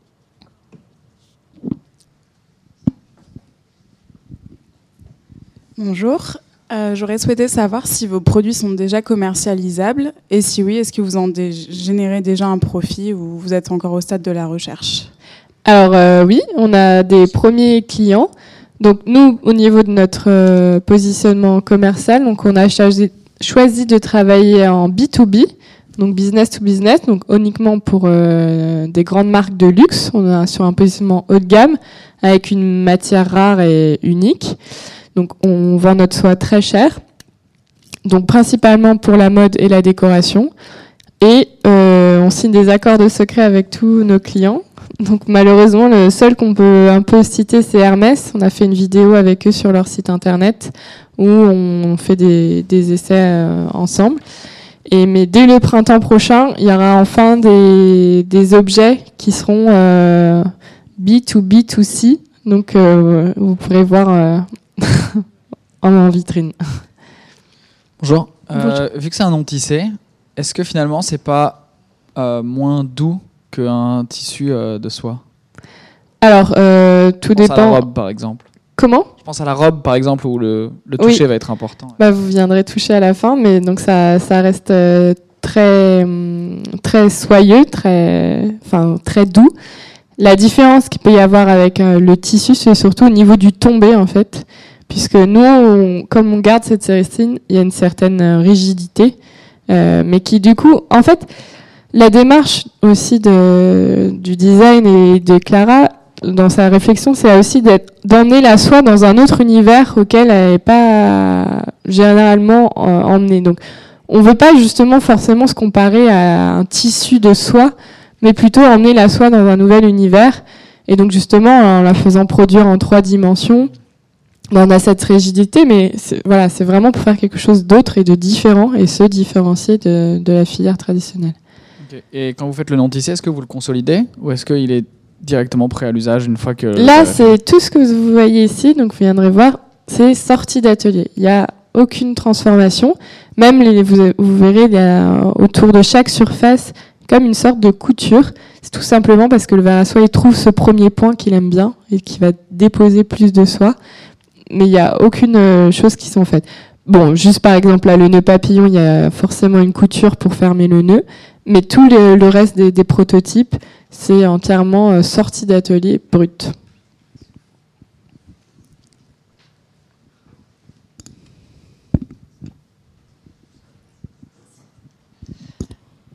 Bonjour, euh, j'aurais souhaité savoir si vos produits sont déjà commercialisables, et si oui, est-ce que vous en dé- générez déjà un profit ou vous êtes encore au stade de la recherche? Alors euh, oui, on a des premiers clients. Donc nous, au niveau de notre euh, positionnement commercial, donc on a choisi, choisi de travailler en B deux B, donc business to business, donc uniquement pour euh, des grandes marques de luxe. On est sur un positionnement haut de gamme avec une matière rare et unique. Donc on vend notre soie très cher, donc principalement pour la mode et la décoration. Et euh, on signe des accords de secret avec tous nos clients. Donc malheureusement, le seul qu'on peut un peu citer, c'est Hermès. On a fait une vidéo avec eux sur leur site internet où on fait des, des essais euh, ensemble. Et, mais dès le printemps prochain, il y aura enfin des, des objets qui seront euh, B deux B deux C. Donc euh, vous pourrez voir euh, en vitrine. Bonjour. Euh, Bonjour. Vu que c'est un non tissé, est-ce que finalement c'est pas euh, moins doux qu'un tissu euh, de soie? Alors, euh, tout Je pense dépend. à la robe, par exemple. Comment? Je pense à la robe, par exemple, où le, le toucher Oui. va être important. Bah, vous viendrez toucher à la fin, mais donc ça, ça reste euh, très, hum, très soyeux, très, enfin, très doux. La différence qu'il peut y avoir avec euh, le tissu, c'est surtout au niveau du tombé, en fait. Puisque nous, on, comme on garde cette séricine, il y a une certaine euh, rigidité, euh, mais qui, du coup, en fait, la démarche aussi de, du design et de Clara, dans sa réflexion, c'est aussi d'être, d'emmener la soie dans un autre univers auquel elle n'est pas généralement euh, emmenée. Donc, on veut pas justement forcément se comparer à un tissu de soie, mais plutôt emmener la soie dans un nouvel univers. Et donc, justement, en la faisant produire en trois dimensions, ben, on a cette rigidité, mais c'est, voilà, c'est vraiment pour faire quelque chose d'autre et de différent, et se différencier de, de la filière traditionnelle. Okay. Et quand vous faites le non tissé, est-ce que vous le consolidez ou est-ce qu'il est directement prêt à l'usage une fois que... Là, c'est tout ce que vous voyez ici, donc vous viendrez voir, c'est sorti d'atelier. Il n'y a aucune transformation. Même, les, vous, vous verrez, il y a, autour de chaque surface, comme une sorte de couture. C'est tout simplement parce que le verre à soie, il trouve ce premier point qu'il aime bien et qui va déposer plus de soie. Mais il n'y a aucune chose qui sont faites. Bon, juste par exemple, là, le nœud papillon, il y a forcément une couture pour fermer le nœud. Mais tout le, le reste des, des prototypes, c'est entièrement euh, sorti d'atelier brut.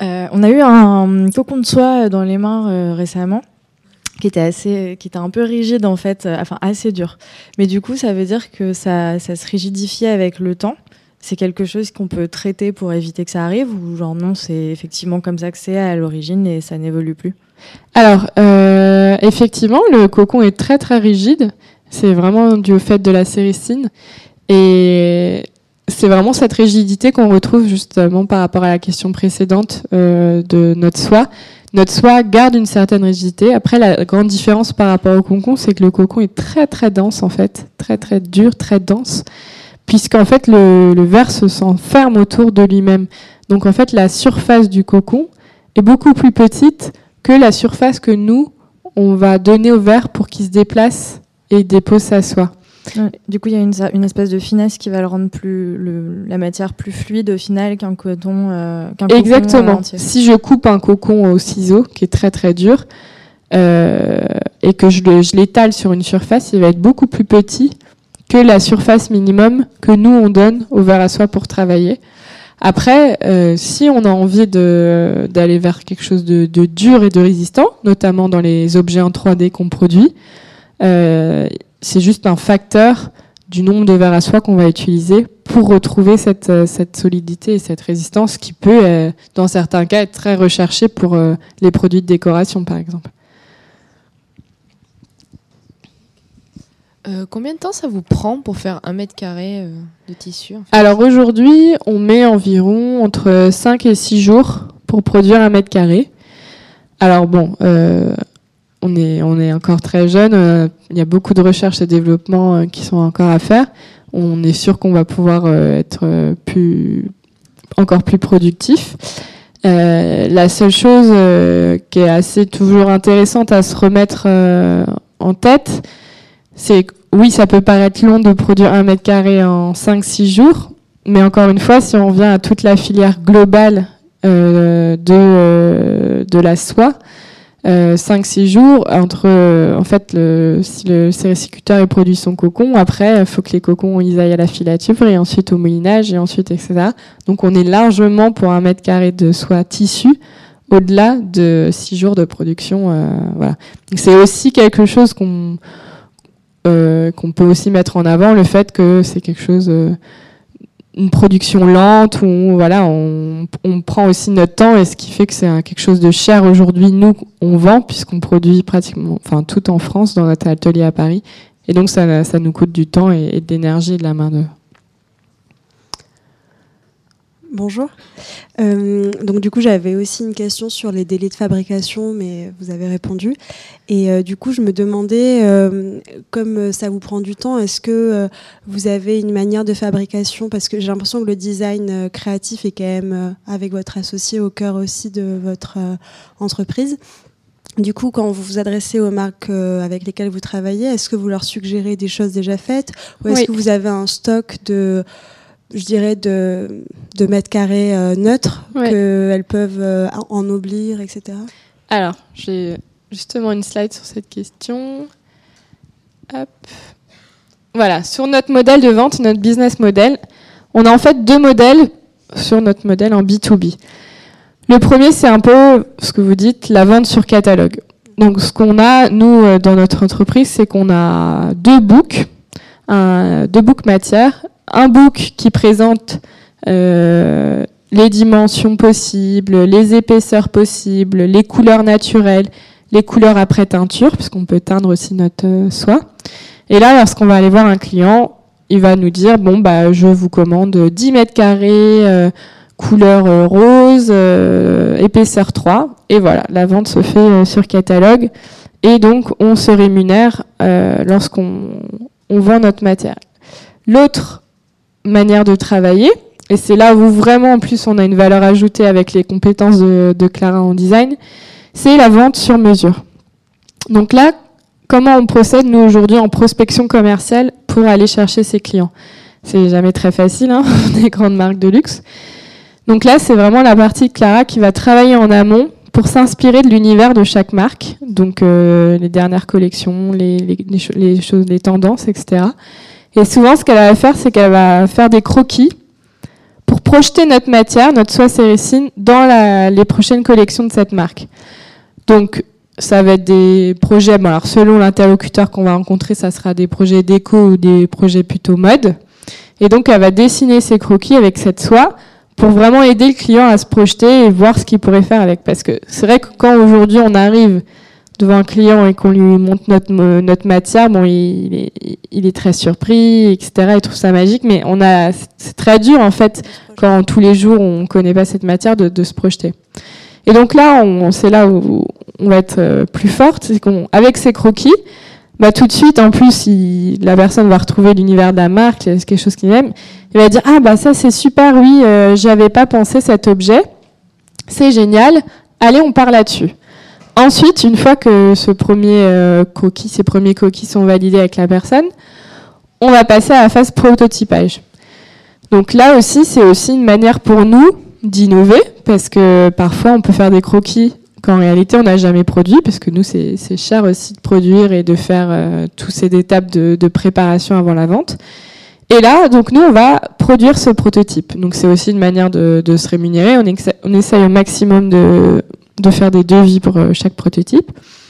Euh, on a eu un cocon de soie dans les mains euh, récemment, qui était assez, qui était un peu rigide en fait, euh, enfin assez dur. Mais du coup, ça veut dire que ça, ça se rigidifie avec le temps. C'est quelque chose qu'on peut traiter pour éviter que ça arrive, ou genre non, c'est effectivement comme ça que c'est à l'origine et ça n'évolue plus? Alors, euh, effectivement, le cocon est très très rigide. C'est vraiment dû au fait de la séricine. Et c'est vraiment cette rigidité qu'on retrouve justement par rapport à la question précédente euh, de notre soie. Notre soie garde une certaine rigidité. Après, la grande différence par rapport au cocon, c'est que le cocon est très très dense en fait. Très très dur, très dense. Puisqu'en fait, le, le verre se s'enferme autour de lui-même. Donc en fait, la surface du cocon est beaucoup plus petite que la surface que nous, on va donner au verre pour qu'il se déplace et dépose sa soie. Ouais, du coup, il y a une, une espèce de finesse qui va le rendre plus, le, la matière plus fluide au final qu'un coton. Euh, qu'un Exactement. Cocon si je coupe un cocon au ciseau, qui est très très dur, euh, et que je, le, je l'étale sur une surface, il va être beaucoup plus petit que la surface minimum que nous, on donne au verre à soie pour travailler. Après, euh, si on a envie de, d'aller vers quelque chose de, de dur et de résistant, notamment dans les objets en trois D qu'on produit, euh, c'est juste un facteur du nombre de verres à soie qu'on va utiliser pour retrouver cette, cette solidité et cette résistance qui peut, euh, dans certains cas, être très recherchée pour euh, les produits de décoration, par exemple. Euh, combien de temps ça vous prend pour faire un mètre carré euh, de tissu en fait? Alors aujourd'hui, on met environ entre cinq et six jours pour produire un mètre carré. Alors bon, euh, on est, on est encore très jeune, euh, il y a beaucoup de recherche et développement euh, qui sont encore à faire. On est sûr qu'on va pouvoir euh, être plus, encore plus productif. Euh, la seule chose euh, qui est assez toujours intéressante à se remettre euh, en tête, c'est que oui, ça peut paraître long de produire un mètre carré en cinq six jours, mais encore une fois, si on revient à toute la filière globale euh, de, euh, de la soie, euh, cinq six jours, entre, euh, en fait, le, si le sériciculteur il produit son cocon, après, il faut que les cocons ils aillent à la filature et ensuite au moulinage et ensuite, et cetera. Donc, on est largement pour un mètre carré de soie tissue au-delà de six jours de production. Euh, voilà. Donc, c'est aussi quelque chose qu'on Euh, qu'on peut aussi mettre en avant, le fait que c'est quelque chose, euh, une production lente où voilà, on, on prend aussi notre temps, et ce qui fait que c'est un, quelque chose de cher aujourd'hui. Nous, on vend puisqu'on produit pratiquement, enfin tout en France dans notre atelier à Paris, et donc ça, ça nous coûte du temps et, et de l'énergie et de la main d'œuvre. Bonjour. Euh, donc du coup, j'avais aussi une question sur les délais de fabrication, mais vous avez répondu. Et euh, du coup, je me demandais, euh, comme ça vous prend du temps, est-ce que euh, vous avez une manière de fabrication? Parce que j'ai l'impression que le design euh, créatif est quand même, euh, avec votre associé, au cœur aussi de votre euh, entreprise. Du coup, quand vous vous adressez aux marques euh, avec lesquelles vous travaillez, est-ce que vous leur suggérez des choses déjà faites? Ou est-ce Oui. que vous avez un stock de... je dirais, de, de mètres carrés euh, neutres, ouais, qu'elles peuvent euh, ennoblir, et cetera. Alors, j'ai justement une slide sur cette question. Hop. Voilà, sur notre modèle de vente, notre business model, on a en fait deux modèles sur notre modèle en B deux B. Le premier, c'est un peu ce que vous dites, la vente sur catalogue. Donc, ce qu'on a, nous, dans notre entreprise, c'est qu'on a deux books, un, deux books matières. Un book qui présente euh, les dimensions possibles, les épaisseurs possibles, les couleurs naturelles, les couleurs après teinture, puisqu'on peut teindre aussi notre euh, soie. Et là, lorsqu'on va aller voir un client, il va nous dire, bon, bah, je vous commande dix mètres carrés, euh, couleur euh, rose, euh, épaisseur trois. Et voilà, la vente se fait euh, sur catalogue. Et donc, on se rémunère euh, lorsqu'on on vend notre matière. L'autre manière de travailler, et c'est là où vraiment en plus on a une valeur ajoutée avec les compétences de, de Clara en design, c'est la vente sur mesure. Donc là, comment on procède nous aujourd'hui en prospection commerciale pour aller chercher ses clients? C'est jamais très facile, hein, des grandes marques de luxe. Donc là, c'est vraiment la partie de Clara qui va travailler en amont pour s'inspirer de l'univers de chaque marque, donc euh, les dernières collections, les, les, les choses, les tendances, et cetera. Et souvent, ce qu'elle va faire, c'est qu'elle va faire des croquis pour projeter notre matière, notre soie Céricine, dans la, les prochaines collections de cette marque. Donc, ça va être des projets, bon, alors selon l'interlocuteur qu'on va rencontrer, ça sera des projets déco ou des projets plutôt mode. Et donc, elle va dessiner ses croquis avec cette soie pour vraiment aider le client à se projeter et voir ce qu'il pourrait faire avec. Parce que c'est vrai que quand aujourd'hui on arrive devant un client et qu'on lui montre notre, notre matière, bon, il est, il est très surpris, et cetera. Il trouve ça magique, mais on a, c'est très dur en fait, quand tous les jours on connaît pas cette matière, de, de se projeter. Et donc là, on, c'est là où on va être plus forte, c'est qu'on, avec ces croquis, bah tout de suite, en plus, il, la personne va retrouver l'univers de la marque, quelque chose qu'il aime. Il va dire, ah bah ça c'est super, oui, euh, j'avais pas pensé cet objet, c'est génial, allez, on part là-dessus. Ensuite, une fois que ce premier euh, coquille, ces premiers coquilles sont validés avec la personne, on va passer à la phase prototypage. Donc là aussi, c'est aussi une manière pour nous d'innover, parce que parfois on peut faire des croquis qu'en réalité on n'a jamais produit, parce que nous c'est, c'est cher aussi de produire et de faire euh, toutes ces étapes de, de préparation avant la vente. Et là, donc nous on va produire ce prototype. Donc c'est aussi une manière de, de se rémunérer. On, exa- on essaye au maximum de, de faire des devis pour euh, chaque prototype.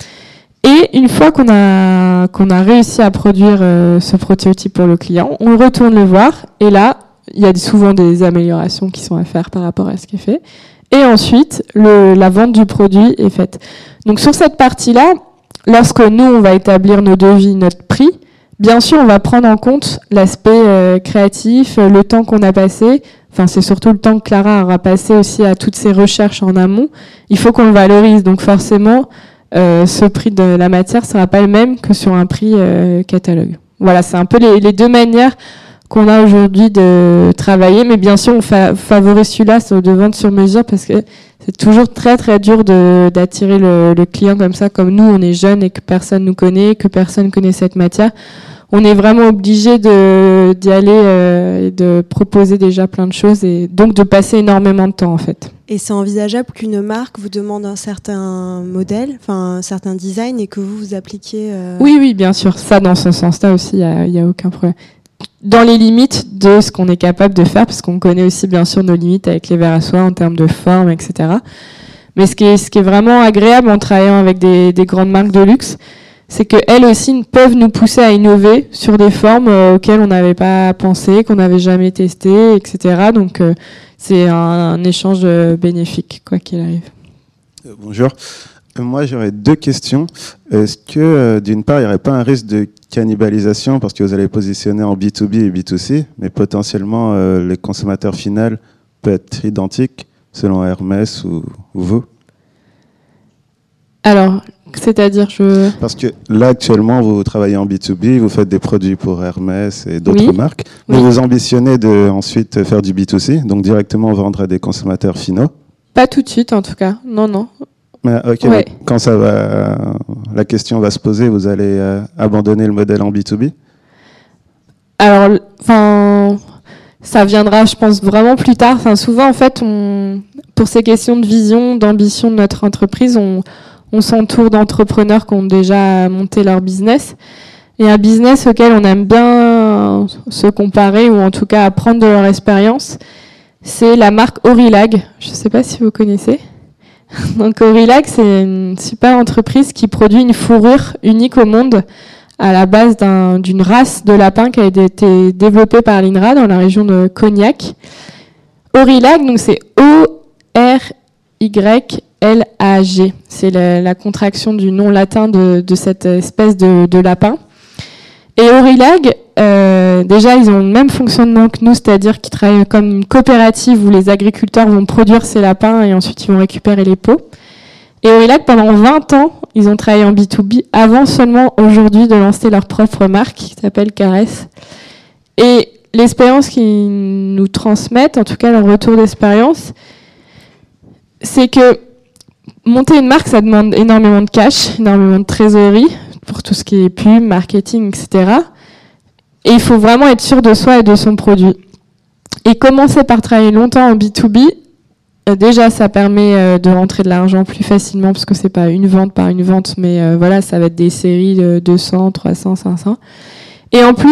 Et une fois qu'on a, qu'on a réussi à produire euh, ce prototype pour le client, on retourne le voir, et là, il y a souvent des améliorations qui sont à faire par rapport à ce qui est fait. Et ensuite, le, la vente du produit est faite. Donc sur cette partie-là, lorsque nous, on va établir nos devis, notre prix, bien sûr, on va prendre en compte l'aspect euh, créatif, le temps qu'on a passé. Enfin, c'est surtout le temps que Clara aura passé aussi à toutes ces recherches en amont. Il faut qu'on le valorise. Donc forcément, euh, ce prix de la matière ne sera pas le même que sur un prix euh, catalogue. Voilà, c'est un peu les, les deux manières qu'on a aujourd'hui de travailler, mais bien sûr on fa- favorise celui-là de vente sur mesure, parce que c'est toujours très très dur de, d'attirer le, le client comme ça. Comme nous on est jeunes et que personne nous connaît, que personne connaît cette matière, on est vraiment obligé de, d'y aller euh, et de proposer déjà plein de choses, et donc de passer énormément de temps en fait. Et c'est envisageable qu'une marque vous demande un certain modèle, enfin un certain design, et que vous vous appliquiez euh... Oui oui bien sûr, ça dans ce sens-là aussi il n'y a, a aucun problème. Dans les limites de ce qu'on est capable de faire, parce qu'on connaît aussi bien sûr nos limites avec les verres à soie en termes de forme, et cetera. Mais ce qui est, ce qui est vraiment agréable en travaillant avec des, des grandes marques de luxe, c'est qu'elles aussi peuvent nous pousser à innover sur des formes euh, auxquelles on n'avait pas pensé, qu'on n'avait jamais testé, et cetera. Donc euh, c'est un, un échange euh, bénéfique, quoi qu'il arrive. Euh, bonjour. Moi, j'aurais deux questions. Est-ce que, euh, d'une part, il n'y aurait pas un risque de cannibalisation parce que vous allez positionner en B deux B et B deux C, mais potentiellement, euh, les consommateurs finaux peuvent être identiques selon Hermès ou, ou vous? Alors, c'est-à-dire, je... Parce que là, actuellement, vous travaillez en B deux B, vous faites des produits pour Hermès et d'autres oui. marques, mais oui. vous ambitionnez de ensuite faire du B deux C, donc directement vendre à des consommateurs finaux? Pas tout de suite, en tout cas. Non, non. Mais, ok, ouais. Quand ça va, la question va se poser, vous allez euh, abandonner le modèle en B deux B? Alors, enfin, ça viendra, je pense, vraiment plus tard. Enfin, souvent, en fait, on, pour ces questions de vision, d'ambition de notre entreprise, on, on s'entoure d'entrepreneurs qui ont déjà monté leur business. Et un business auquel on aime bien se comparer, ou en tout cas apprendre de leur expérience, c'est la marque Aurilag. Je ne sais pas si vous connaissez. Donc Aurilag, c'est une super entreprise qui produit une fourrure unique au monde à la base d'un, d'une race de lapins qui a été développée par l'I N R A dans la région de Cognac. Aurilag, donc c'est O R Y L A G. C'est la, la contraction du nom latin de, de cette espèce de, de lapin. Et Aurilag, euh, déjà, ils ont le même fonctionnement que nous, c'est-à-dire qu'ils travaillent comme une coopérative où les agriculteurs vont produire ces lapins et ensuite ils vont récupérer les peaux. Et Aurilag, pendant vingt ans, ils ont travaillé en B deux B avant seulement aujourd'hui de lancer leur propre marque qui s'appelle Caresse. Et l'expérience qu'ils nous transmettent, en tout cas leur retour d'expérience, c'est que monter une marque, ça demande énormément de cash, énormément de trésorerie, pour tout ce qui est pub, marketing, et cetera. Et il faut vraiment être sûr de soi et de son produit. Et commencer par travailler longtemps en B deux B, euh, déjà ça permet euh, de rentrer de l'argent plus facilement, parce que c'est pas une vente par une vente, mais euh, voilà, ça va être des séries de deux cents, trois cents, cinq cents. Et en plus,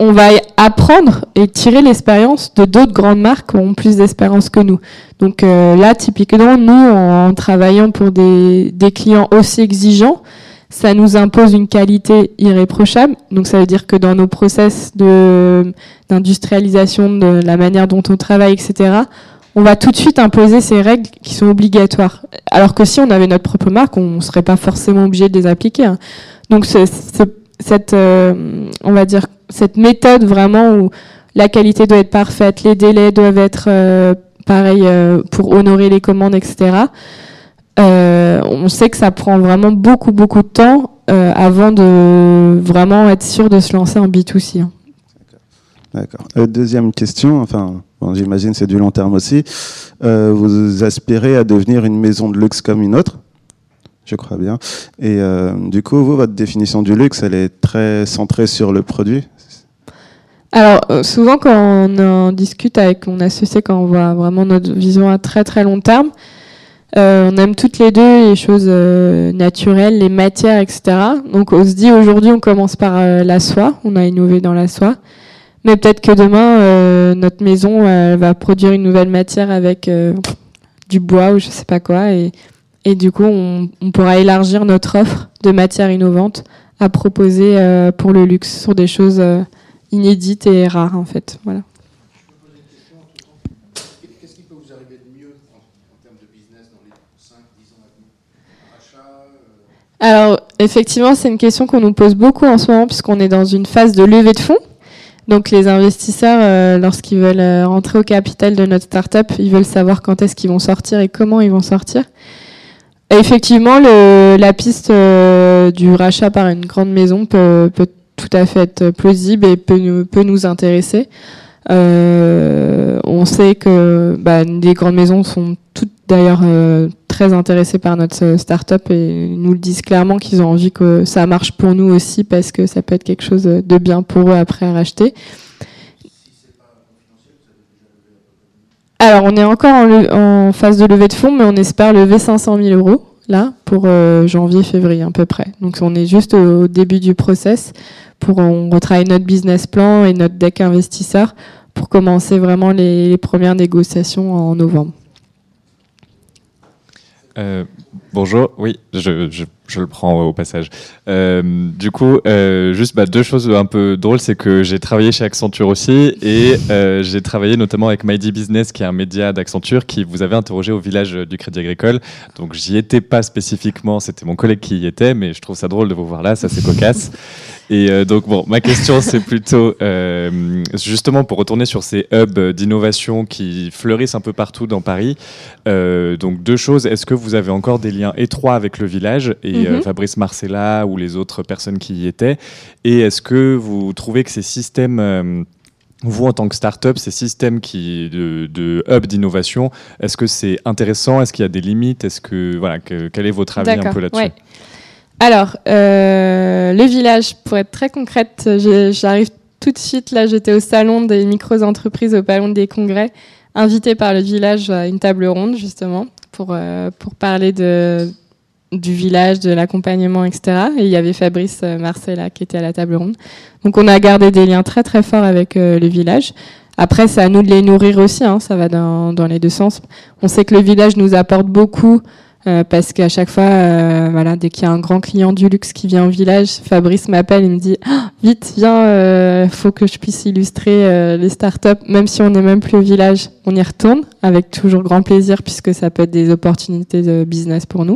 on va apprendre et tirer l'expérience de d'autres grandes marques qui ont plus d'expérience que nous. Donc euh, là, typiquement, nous, en, en travaillant pour des, des clients aussi exigeants, ça nous impose une qualité irréprochable. Donc ça veut dire que dans nos process de, d'industrialisation, de la manière dont on travaille, et cetera, on va tout de suite imposer ces règles qui sont obligatoires. Alors que si on avait notre propre marque, on ne serait pas forcément obligé de les appliquer. Hein. Donc ce, ce, cette, euh, on va dire, cette méthode vraiment où la qualité doit être parfaite, les délais doivent être euh, pareils euh, pour honorer les commandes, et cetera. Euh, on sait que ça prend vraiment beaucoup, beaucoup de temps euh, avant de vraiment être sûr de se lancer en B deux C. Hein. D'accord. Euh, deuxième question, enfin, bon, j'imagine c'est du long terme aussi. Euh, vous aspirez à devenir une maison de luxe comme une autre, je crois bien. Et euh, du coup, vous, votre définition du luxe, elle est très centrée sur le produit? Alors, euh, souvent, quand on en discute avec mon associé, quand on voit vraiment notre vision à très, très long terme, euh, on aime toutes les deux les choses euh, naturelles, les matières, et cetera. Donc, on se dit, aujourd'hui, on commence par euh, la soie. On a innové dans la soie. Mais peut-être que demain, euh, notre maison elle va produire une nouvelle matière avec euh, du bois ou je sais pas quoi. Et, et du coup, on, on pourra élargir notre offre de matières innovantes à proposer euh, pour le luxe sur des choses euh, inédites et rares, en fait. Voilà. Qu'est-ce qui peut vous arriver de mieux en, en termes de business dans les cinq dix ans à venir? Un rachat euh... Alors, effectivement, c'est une question qu'on nous pose beaucoup en ce moment puisqu'on est dans une phase de levée de fonds. Donc les investisseurs, euh, lorsqu'ils veulent euh, rentrer au capital de notre start-up, ils veulent savoir quand est-ce qu'ils vont sortir et comment ils vont sortir. Et effectivement, le, la piste euh, du rachat par une grande maison peut, peut tout à fait être plausible et peut nous, peut nous intéresser. Euh, on sait que bah, les grandes maisons sont toutes d'ailleurs euh, très intéressées par notre start-up et nous le disent clairement qu'ils ont envie que ça marche pour nous aussi parce que ça peut être quelque chose de bien pour eux après à racheter. Alors on est encore en, le, en phase de levée de fonds, mais on espère lever cinq cent mille euros là pour euh, janvier-février à peu près. Donc on est juste au, au début du process. Pour, on retravaille notre business plan et notre deck investisseur pour commencer vraiment les, les premières négociations en novembre. Euh, bonjour, oui, je, je, je le prends au passage. Euh, du coup, euh, juste bah, deux choses un peu drôles, c'est que j'ai travaillé chez Accenture aussi et euh, j'ai travaillé notamment avec Mighty Business, qui est un média d'Accenture, qui vous avait interrogé au village du Crédit Agricole. Donc j'y étais pas spécifiquement, c'était mon collègue qui y était, mais je trouve ça drôle de vous voir là, ça c'est cocasse. Et euh, donc bon, ma question c'est plutôt euh, justement pour retourner sur ces hubs d'innovation qui fleurissent un peu partout dans Paris. Euh, donc deux choses, est-ce que vous avez encore des liens étroits avec le village et mm-hmm. euh, Fabrice Marcella ou les autres personnes qui y étaient? Et est-ce que vous trouvez que ces systèmes, euh, vous en tant que start-up, ces systèmes qui, de, de hub d'innovation, est-ce que c'est intéressant? Est-ce qu'il y a des limites? Est-ce que voilà, que, quel est votre avis D'accord, un peu là-dessus? ouais. Alors, euh, le village, pour être très concrète, j'arrive tout de suite, là j'étais au salon des micro-entreprises, au Palais des Congrès, invitée par le village à une table ronde justement, pour, euh, pour parler de, du village, de l'accompagnement, et cetera. Et il y avait Fabrice Marcella qui était à la table ronde. Donc on a gardé des liens très très forts avec euh, le village. Après, c'est à nous de les nourrir aussi, hein, ça va dans, dans les deux sens. On sait que le village nous apporte beaucoup, Euh, parce qu'à chaque fois, euh, voilà, dès qu'il y a un grand client du luxe qui vient au village, Fabrice m'appelle, il me dit ah, « Vite, viens, euh, faut que je puisse illustrer euh, les startups, même si on n'est même plus au village, on y retourne, avec toujours grand plaisir, puisque ça peut être des opportunités de business pour nous. »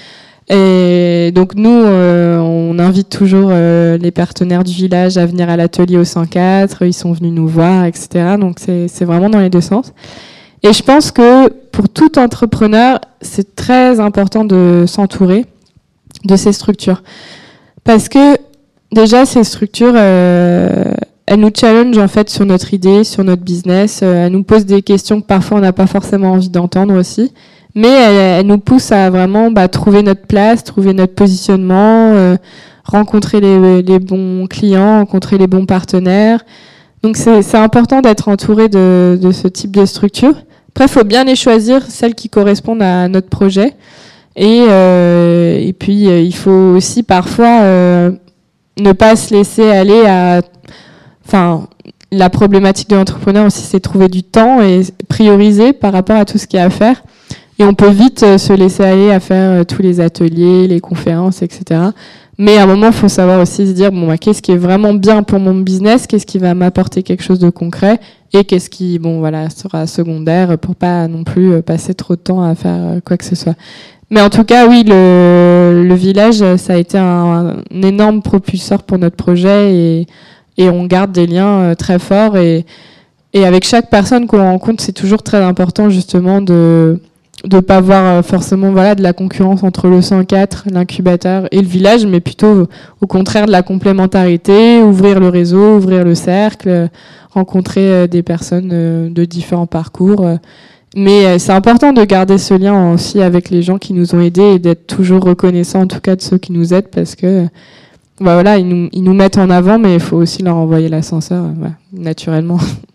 Et donc nous, euh, on invite toujours euh, les partenaires du village à venir à l'atelier au cent quatre, ils sont venus nous voir, et cetera. Donc c'est, c'est vraiment dans les deux sens. Et je pense que pour tout entrepreneur, c'est très important de s'entourer de ces structures. Parce que déjà, ces structures, euh, elles nous challengent en fait sur notre idée, sur notre business. Euh, elles nous posent des questions que parfois on n'a pas forcément envie d'entendre aussi. Mais elles, elles nous poussent à vraiment bah, trouver notre place, trouver notre positionnement, euh, rencontrer les, les bons clients, rencontrer les bons partenaires. Donc c'est, c'est important d'être entouré de, de ce type de structure. Après, il faut bien les choisir, celles qui correspondent à notre projet. Et, euh, et puis, euh, il faut aussi parfois euh, ne pas se laisser aller à enfin, la problématique de l'entrepreneur aussi, c'est de trouver du temps et prioriser par rapport à tout ce qu'il y a à faire. Et on peut vite euh, se laisser aller à faire euh, tous les ateliers, les conférences, et cetera. Mais à un moment, il faut savoir aussi se dire, bon, bah, qu'est-ce qui est vraiment bien pour mon business, qu'est-ce qui va m'apporter quelque chose de concret, et qu'est-ce qui, bon, voilà, sera secondaire pour pas non plus euh, passer trop de temps à faire euh, quoi que ce soit. Mais en tout cas, oui, le, le village, ça a été un, un énorme propulseur pour notre projet, et, et on garde des liens euh, très forts. Et, et avec chaque personne qu'on rencontre, c'est toujours très important justement de de pas voir forcément voilà de la concurrence entre le cent quatre, l'incubateur et le village, mais plutôt au contraire de la complémentarité, ouvrir le réseau, ouvrir le cercle, rencontrer des personnes de différents parcours. Mais c'est important de garder ce lien aussi avec les gens qui nous ont aidés et d'être toujours reconnaissant en tout cas de ceux qui nous aident, parce que bah voilà, ils nous, ils nous mettent en avant, mais il faut aussi leur envoyer l'ascenseur, voilà, naturellement.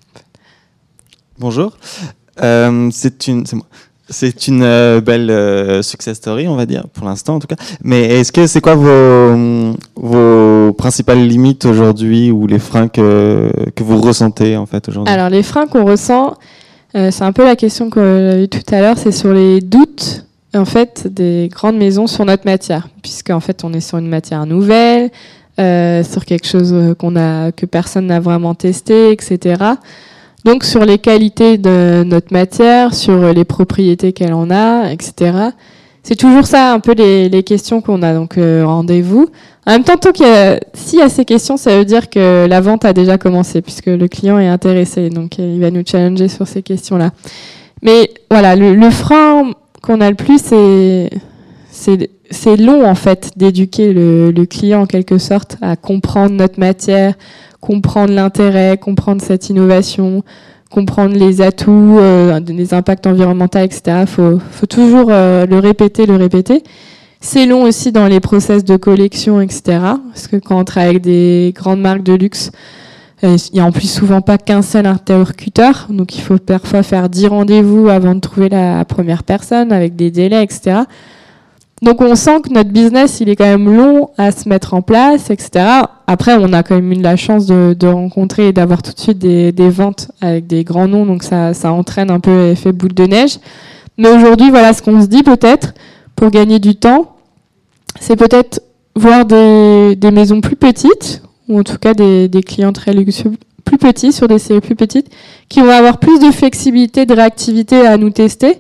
Bonjour, euh, c'est une... C'est moi. C'est une euh, belle euh, success story, on va dire, pour l'instant en tout cas. Mais est-ce que c'est quoi vos, vos principales limites aujourd'hui, ou les freins que, que vous ressentez en fait aujourd'hui? Alors les freins qu'on ressent, euh, c'est un peu la question qu'on a eue tout à l'heure, c'est sur les doutes en fait des grandes maisons sur notre matière, puisqu'en fait on est sur une matière nouvelle, euh, sur quelque chose qu'on a que personne n'a vraiment testé, et cetera. Donc sur les qualités de notre matière, sur les propriétés qu'elle en a, et cetera. C'est toujours ça, un peu les, les questions qu'on a. Donc euh, rendez-vous. En même temps, tant qu'il y a, s'il y a ces questions, ça veut dire que la vente a déjà commencé, puisque le client est intéressé. Donc il va nous challenger sur ces questions-là. Mais voilà, le, le frein qu'on a le plus, c'est, c'est, c'est long en fait d'éduquer le, le client en quelque sorte à comprendre notre matière, comprendre l'intérêt, comprendre cette innovation, comprendre les atouts, euh, les impacts environnementaux, et cetera. Il faut, faut toujours euh, le répéter, le répéter. C'est long aussi dans les process de collection, et cetera. Parce que quand on travaille avec des grandes marques de luxe, euh, il n'y a en plus souvent pas qu'un seul interlocuteur. Donc il faut parfois faire dix rendez-vous avant de trouver la première personne, avec des délais, et cetera. Donc on sent que notre business, il est quand même long à se mettre en place, et cetera. Après, on a quand même eu la chance de, de rencontrer et d'avoir tout de suite des, des ventes avec des grands noms, donc ça, ça entraîne un peu l'effet boule de neige. Mais aujourd'hui, voilà ce qu'on se dit peut-être, pour gagner du temps, c'est peut-être voir des, des maisons plus petites, ou en tout cas des, des clients très luxueux plus petits, sur des séries plus petites, qui vont avoir plus de flexibilité, de réactivité à nous tester.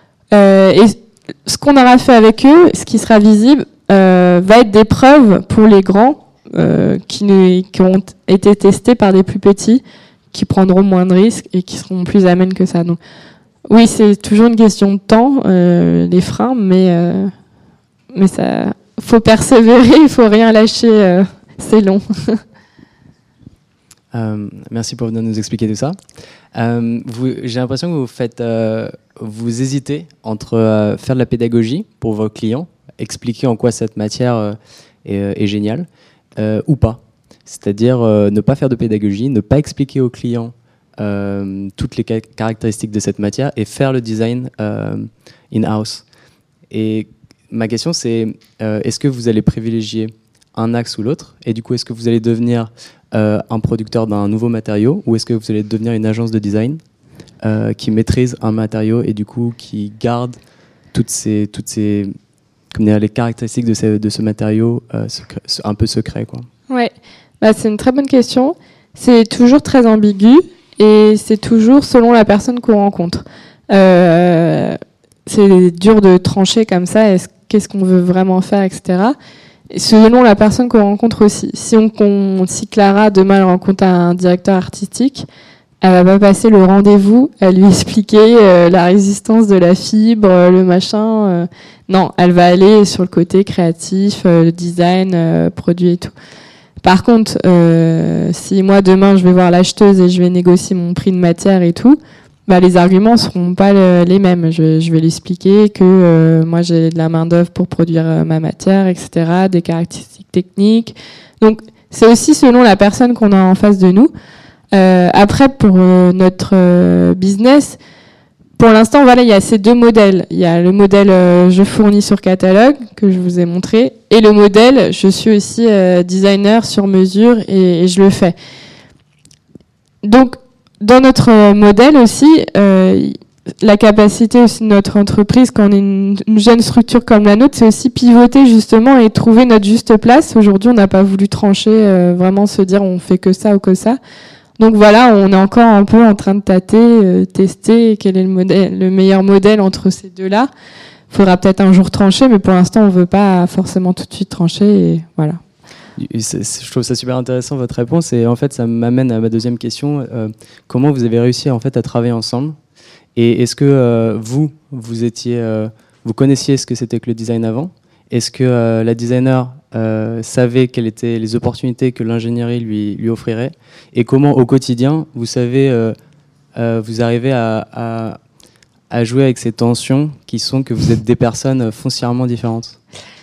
Euh, et ce qu'on aura fait avec eux, ce qui sera visible, euh, va être des preuves pour les grands euh, qui, ne, qui ont été testés par des plus petits, qui prendront moins de risques et qui seront plus amènes que ça. Donc, oui, c'est toujours une question de temps, euh, les freins, mais euh, mais ça, faut persévérer, il faut rien lâcher, euh, c'est long. euh, merci pour venir nous expliquer tout ça. Euh, vous, j'ai l'impression que vous faites, euh, vous hésitez entre euh, faire de la pédagogie pour vos clients, expliquer en quoi cette matière euh, est, est géniale, euh, ou pas. C'est-à-dire euh, ne pas faire de pédagogie, ne pas expliquer aux clients euh, toutes les ca- caractéristiques de cette matière et faire le design euh, in-house. Et ma question c'est, euh, est-ce que vous allez privilégier un axe ou l'autre? Et du coup, est-ce que vous allez devenir euh, un producteur d'un nouveau matériau, ou est-ce que vous allez devenir une agence de design euh, qui maîtrise un matériau et du coup qui garde toutes ces, toutes ces, comment dire, les caractéristiques de ce, de ce matériau euh, secret, un peu secret, quoi. Ouais, bah, c'est une très bonne question. C'est toujours très ambigu et c'est toujours selon la personne qu'on rencontre. Euh, c'est dur de trancher comme ça, est-ce, qu'est-ce qu'on veut vraiment faire, et cetera. Et selon la personne qu'on rencontre aussi. Si on, qu'on, si Clara demain elle rencontre un directeur artistique, elle va pas passer le rendez-vous à lui expliquer euh, la résistance de la fibre, euh, le machin. Euh, non, elle va aller sur le côté créatif, euh, le design, euh, produit et tout. Par contre, euh, si moi demain je vais voir l'acheteuse et je vais négocier mon prix de matière et tout, bah les arguments seront pas le, les mêmes. Je, je vais lui expliquer que euh, moi j'ai de la main d'œuvre pour produire euh, ma matière, et cetera, des caractéristiques techniques. Donc c'est aussi selon la personne qu'on a en face de nous. Euh, après pour euh, notre euh, business, pour l'instant voilà il y a ces deux modèles. Il y a le modèle euh, je fournis sur catalogue que je vous ai montré, et le modèle je suis aussi euh, designer sur mesure et, et je le fais. donc, dans notre modèle aussi, euh, la capacité aussi de notre entreprise, quand on est une, une jeune structure comme la nôtre, c'est aussi pivoter justement et trouver notre juste place. Aujourd'hui, on n'a pas voulu trancher, euh, vraiment se dire on fait que ça ou que ça. Donc voilà, on est encore un peu en train de tâter, euh, tester quel est le, modèle, le meilleur modèle entre ces deux-là. Il faudra peut-être un jour trancher, mais pour l'instant, on ne veut pas forcément tout de suite trancher. Et voilà. C'est, c'est, je trouve ça super intéressant votre réponse, et en fait ça m'amène à ma deuxième question. Euh, comment vous avez réussi en fait à travailler ensemble, et est-ce que euh, vous vous étiez euh, vous connaissiez ce que c'était que le design avant? Est-ce que euh, la designer euh, savait quelles étaient les opportunités que l'ingénierie lui lui offrirait, et comment au quotidien vous savez euh, euh, vous arrivez à, à à jouer avec ces tensions qui sont que vous êtes des personnes foncièrement différentes?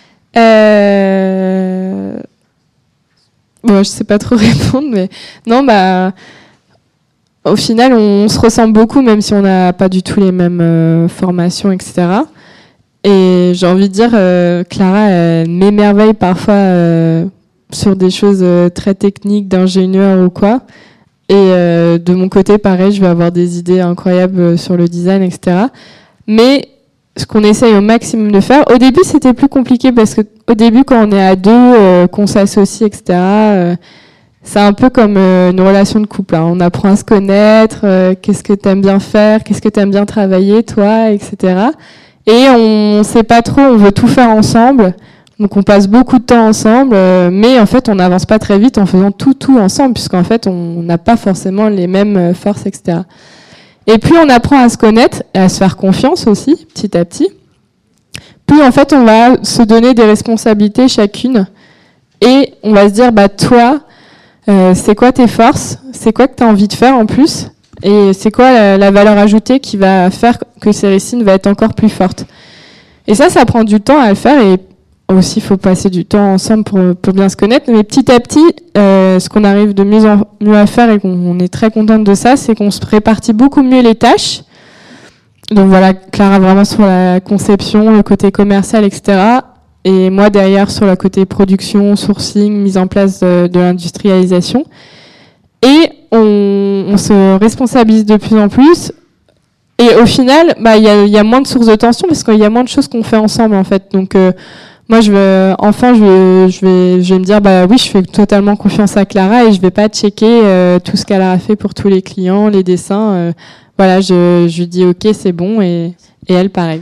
euh... Bon, je sais pas trop répondre, mais non, bah, au final, on, on se ressemble beaucoup, même si on n'a pas du tout les mêmes euh, formations, et cetera. Et j'ai envie de dire, euh, Clara, elle m'émerveille parfois euh, sur des choses euh, très techniques, d'ingénieur ou quoi. Et euh, de mon côté, pareil, je vais avoir des idées incroyables sur le design, et cetera. Mais ce qu'on essaye au maximum de faire. Au début, c'était plus compliqué parce que au début, quand on est à deux, euh, qu'on s'associe, et cetera, euh, c'est un peu comme euh, une relation de couple. Hein. On apprend à se connaître, euh, qu'est-ce que t'aimes bien faire, qu'est-ce que t'aimes bien travailler, toi, et cetera. Et on sait pas trop, on veut tout faire ensemble. Donc on passe beaucoup de temps ensemble, euh, mais en fait, on n'avance pas très vite en faisant tout, tout ensemble, puisqu'en fait, on n'a pas forcément les mêmes forces, et cetera. Et plus on apprend à se connaître et à se faire confiance aussi, petit à petit, plus en fait on va se donner des responsabilités chacune, et on va se dire, bah toi, euh, c'est quoi tes forces, c'est quoi que tu as envie de faire en plus, et c'est quoi la, la valeur ajoutée qui va faire que Céricine va être encore plus forte. Et ça, ça prend du temps à le faire, et aussi il faut passer du temps ensemble pour, pour bien se connaître, mais petit à petit, euh, ce qu'on arrive de mieux en mieux à faire, et qu'on on est très contente de ça, c'est qu'on se répartit beaucoup mieux les tâches. Donc voilà, Clara vraiment sur la conception, le côté commercial, et cetera. Et moi derrière sur le côté production, sourcing, mise en place de, de l'industrialisation. Et on, on se responsabilise de plus en plus. Et au final, bah il y a, y a moins de sources de tension parce qu'il y a moins de choses qu'on fait ensemble en fait. Donc euh, moi, je vais, enfin, je vais, je vais, je vais me dire, bah oui, je fais totalement confiance à Clara et je vais pas checker euh, tout ce qu'elle a fait pour tous les clients, les dessins. Euh, voilà, je, je lui dis, ok, c'est bon, et, et elle, pareil.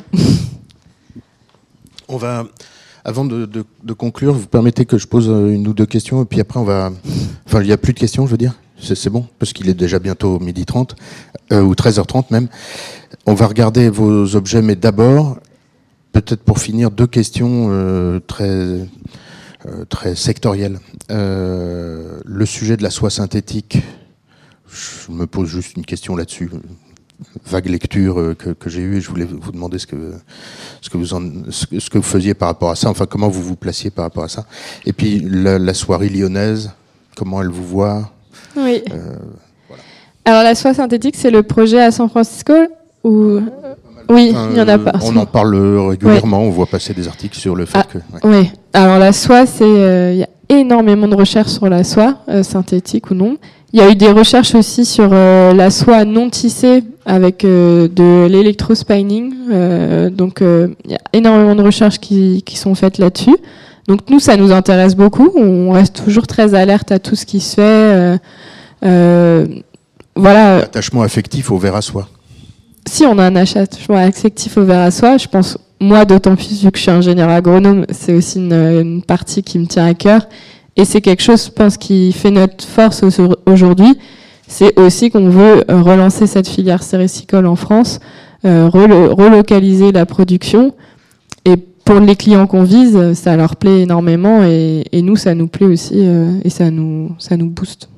On va, avant de, de, de conclure, vous permettez que je pose une ou deux questions, et puis après, on va, enfin, il n'y a plus de questions, je veux dire. C'est, c'est bon, parce qu'il est déjà bientôt midi trente, euh, ou treize heures trente même. On va regarder vos objets, mais d'abord, peut-être pour finir, deux questions euh, très, euh, très sectorielles. Euh, le sujet de la soie synthétique, je me pose juste une question là-dessus. Vague lecture euh, que, que j'ai eue, et je voulais vous demander ce que, ce, que vous en, ce, que, ce que vous faisiez par rapport à ça, enfin comment vous vous placiez par rapport à ça. Et puis la, la soierie lyonnaise, comment elle vous voit. Oui. Euh, voilà. Alors la soie synthétique, c'est le projet à San Francisco ou... Oui, il n'y en a pas. On en parle régulièrement, ouais. On voit passer des articles sur le fait ah, que... Ouais. Oui, alors la soie, c'est, il euh, y a énormément de recherches sur la soie, euh, synthétique ou non. Il y a eu des recherches aussi sur euh, la soie non tissée avec euh, de l'électrospinning. Euh, donc il euh, y a énormément de recherches qui, qui sont faites là-dessus. Donc nous, ça nous intéresse beaucoup. On reste toujours très alerte à tout ce qui se fait. Euh, euh, voilà. L'attachement affectif au verre à soie. Si on a un attachement affectif au verre à soie, je pense, moi d'autant plus vu que je suis ingénieur agronome, c'est aussi une, une partie qui me tient à cœur. Et c'est quelque chose, je pense, qui fait notre force aujourd'hui. C'est aussi qu'on veut relancer cette filière séricole en France, euh, relo- relocaliser la production. Et pour les clients qu'on vise, ça leur plaît énormément, et, et nous, ça nous plaît aussi, euh, et ça nous, ça nous booste.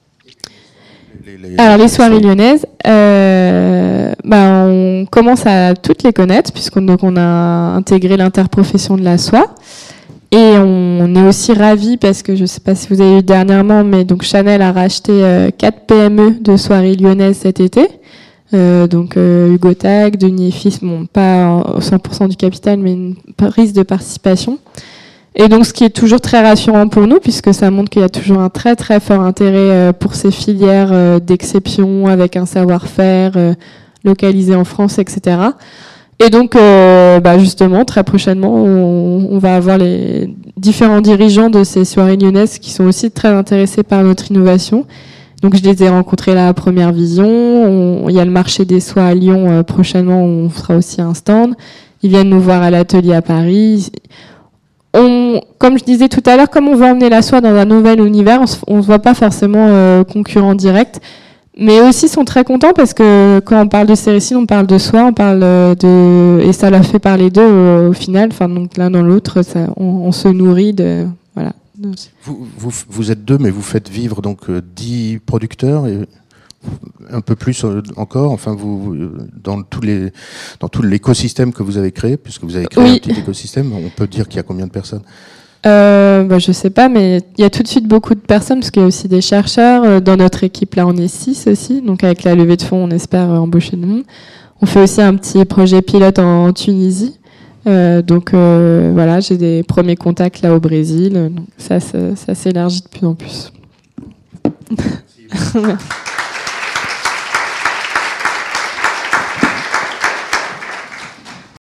Les, les, Alors les soirées lyonnaises, euh, bah, on commence à toutes les connaître puisqu'on donc on a intégré l'interprofession de la soie, et on est aussi ravis parce que je ne sais pas si vous avez vu dernièrement, mais donc Chanel a racheté euh, quatre P M E de soirées lyonnaises cet été. Euh, donc euh, Hugo Tag, Denis et Fils, bon pas cent pour cent du capital, mais une prise de participation. Et donc, ce qui est toujours très rassurant pour nous, puisque ça montre qu'il y a toujours un très très fort intérêt euh, pour ces filières euh, d'exception, avec un savoir-faire euh, localisé en France, et cetera. Et donc, euh, bah justement, très prochainement, on, on va avoir les différents dirigeants de ces soirées lyonnaises qui sont aussi très intéressés par notre innovation. Donc, je les ai rencontrés là à Première Vision. On, il y a le marché des soies à Lyon euh, prochainement, où on fera aussi un stand. Ils viennent nous voir à l'atelier à Paris. On, comme je disais tout à l'heure, comme on veut emmener la soie dans un nouvel univers, on ne se voit pas forcément euh, concurrent direct. Mais aussi sont très contents parce que quand on parle de Céricine, on parle de soi, on parle de et ça leur fait parler d'eux au, au final. Enfin donc l'un dans l'autre, ça, on, on se nourrit de voilà. Vous, vous, vous êtes deux, mais vous faites vivre donc euh, dix producteurs et un peu plus euh, encore. Enfin vous dans tous les dans tout l'écosystème que vous avez créé, puisque vous avez créé oui. un petit écosystème, on peut dire qu'il y a combien de personnes? Euh, bah, je sais pas, mais il y a tout de suite beaucoup de personnes, parce qu'il y a aussi des chercheurs. Dans notre équipe, là, on est six aussi. Donc, avec la levée de fonds, on espère embaucher du monde. On fait aussi un petit projet pilote en Tunisie. Euh, donc, euh, voilà, j'ai des premiers contacts là au Brésil. Donc, ça, ça, ça s'élargit de plus en plus. Merci.